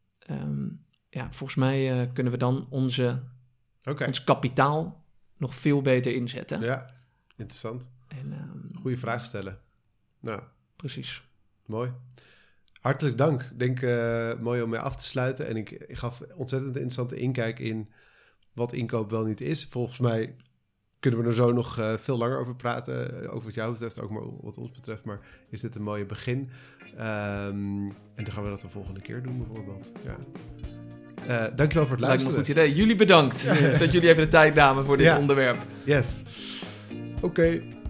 [SPEAKER 3] Um, ja, volgens mij uh, kunnen we dan onze,
[SPEAKER 2] okay.
[SPEAKER 3] ons kapitaal nog veel beter inzetten.
[SPEAKER 2] Ja, interessant.
[SPEAKER 3] En, um,
[SPEAKER 2] Goeie vraag stellen. Nou,
[SPEAKER 3] precies.
[SPEAKER 2] Mooi. Hartelijk dank. Ik denk uh, mooi om mee af te sluiten. En ik, ik gaf ontzettend interessante inkijk in wat inkoop wel niet is. Volgens mij kunnen we er zo nog uh, veel langer over praten. Over wat jou betreft, ook maar wat ons betreft. Maar is dit een mooie begin. Um, en dan gaan we dat de volgende keer doen bijvoorbeeld. Ja. Uh, dankjewel voor het luisteren.
[SPEAKER 3] Lijkt me een goed idee. Jullie bedankt yes. dat jullie even de tijd namen voor dit
[SPEAKER 2] ja.
[SPEAKER 3] onderwerp.
[SPEAKER 2] Yes. Oké. Okay.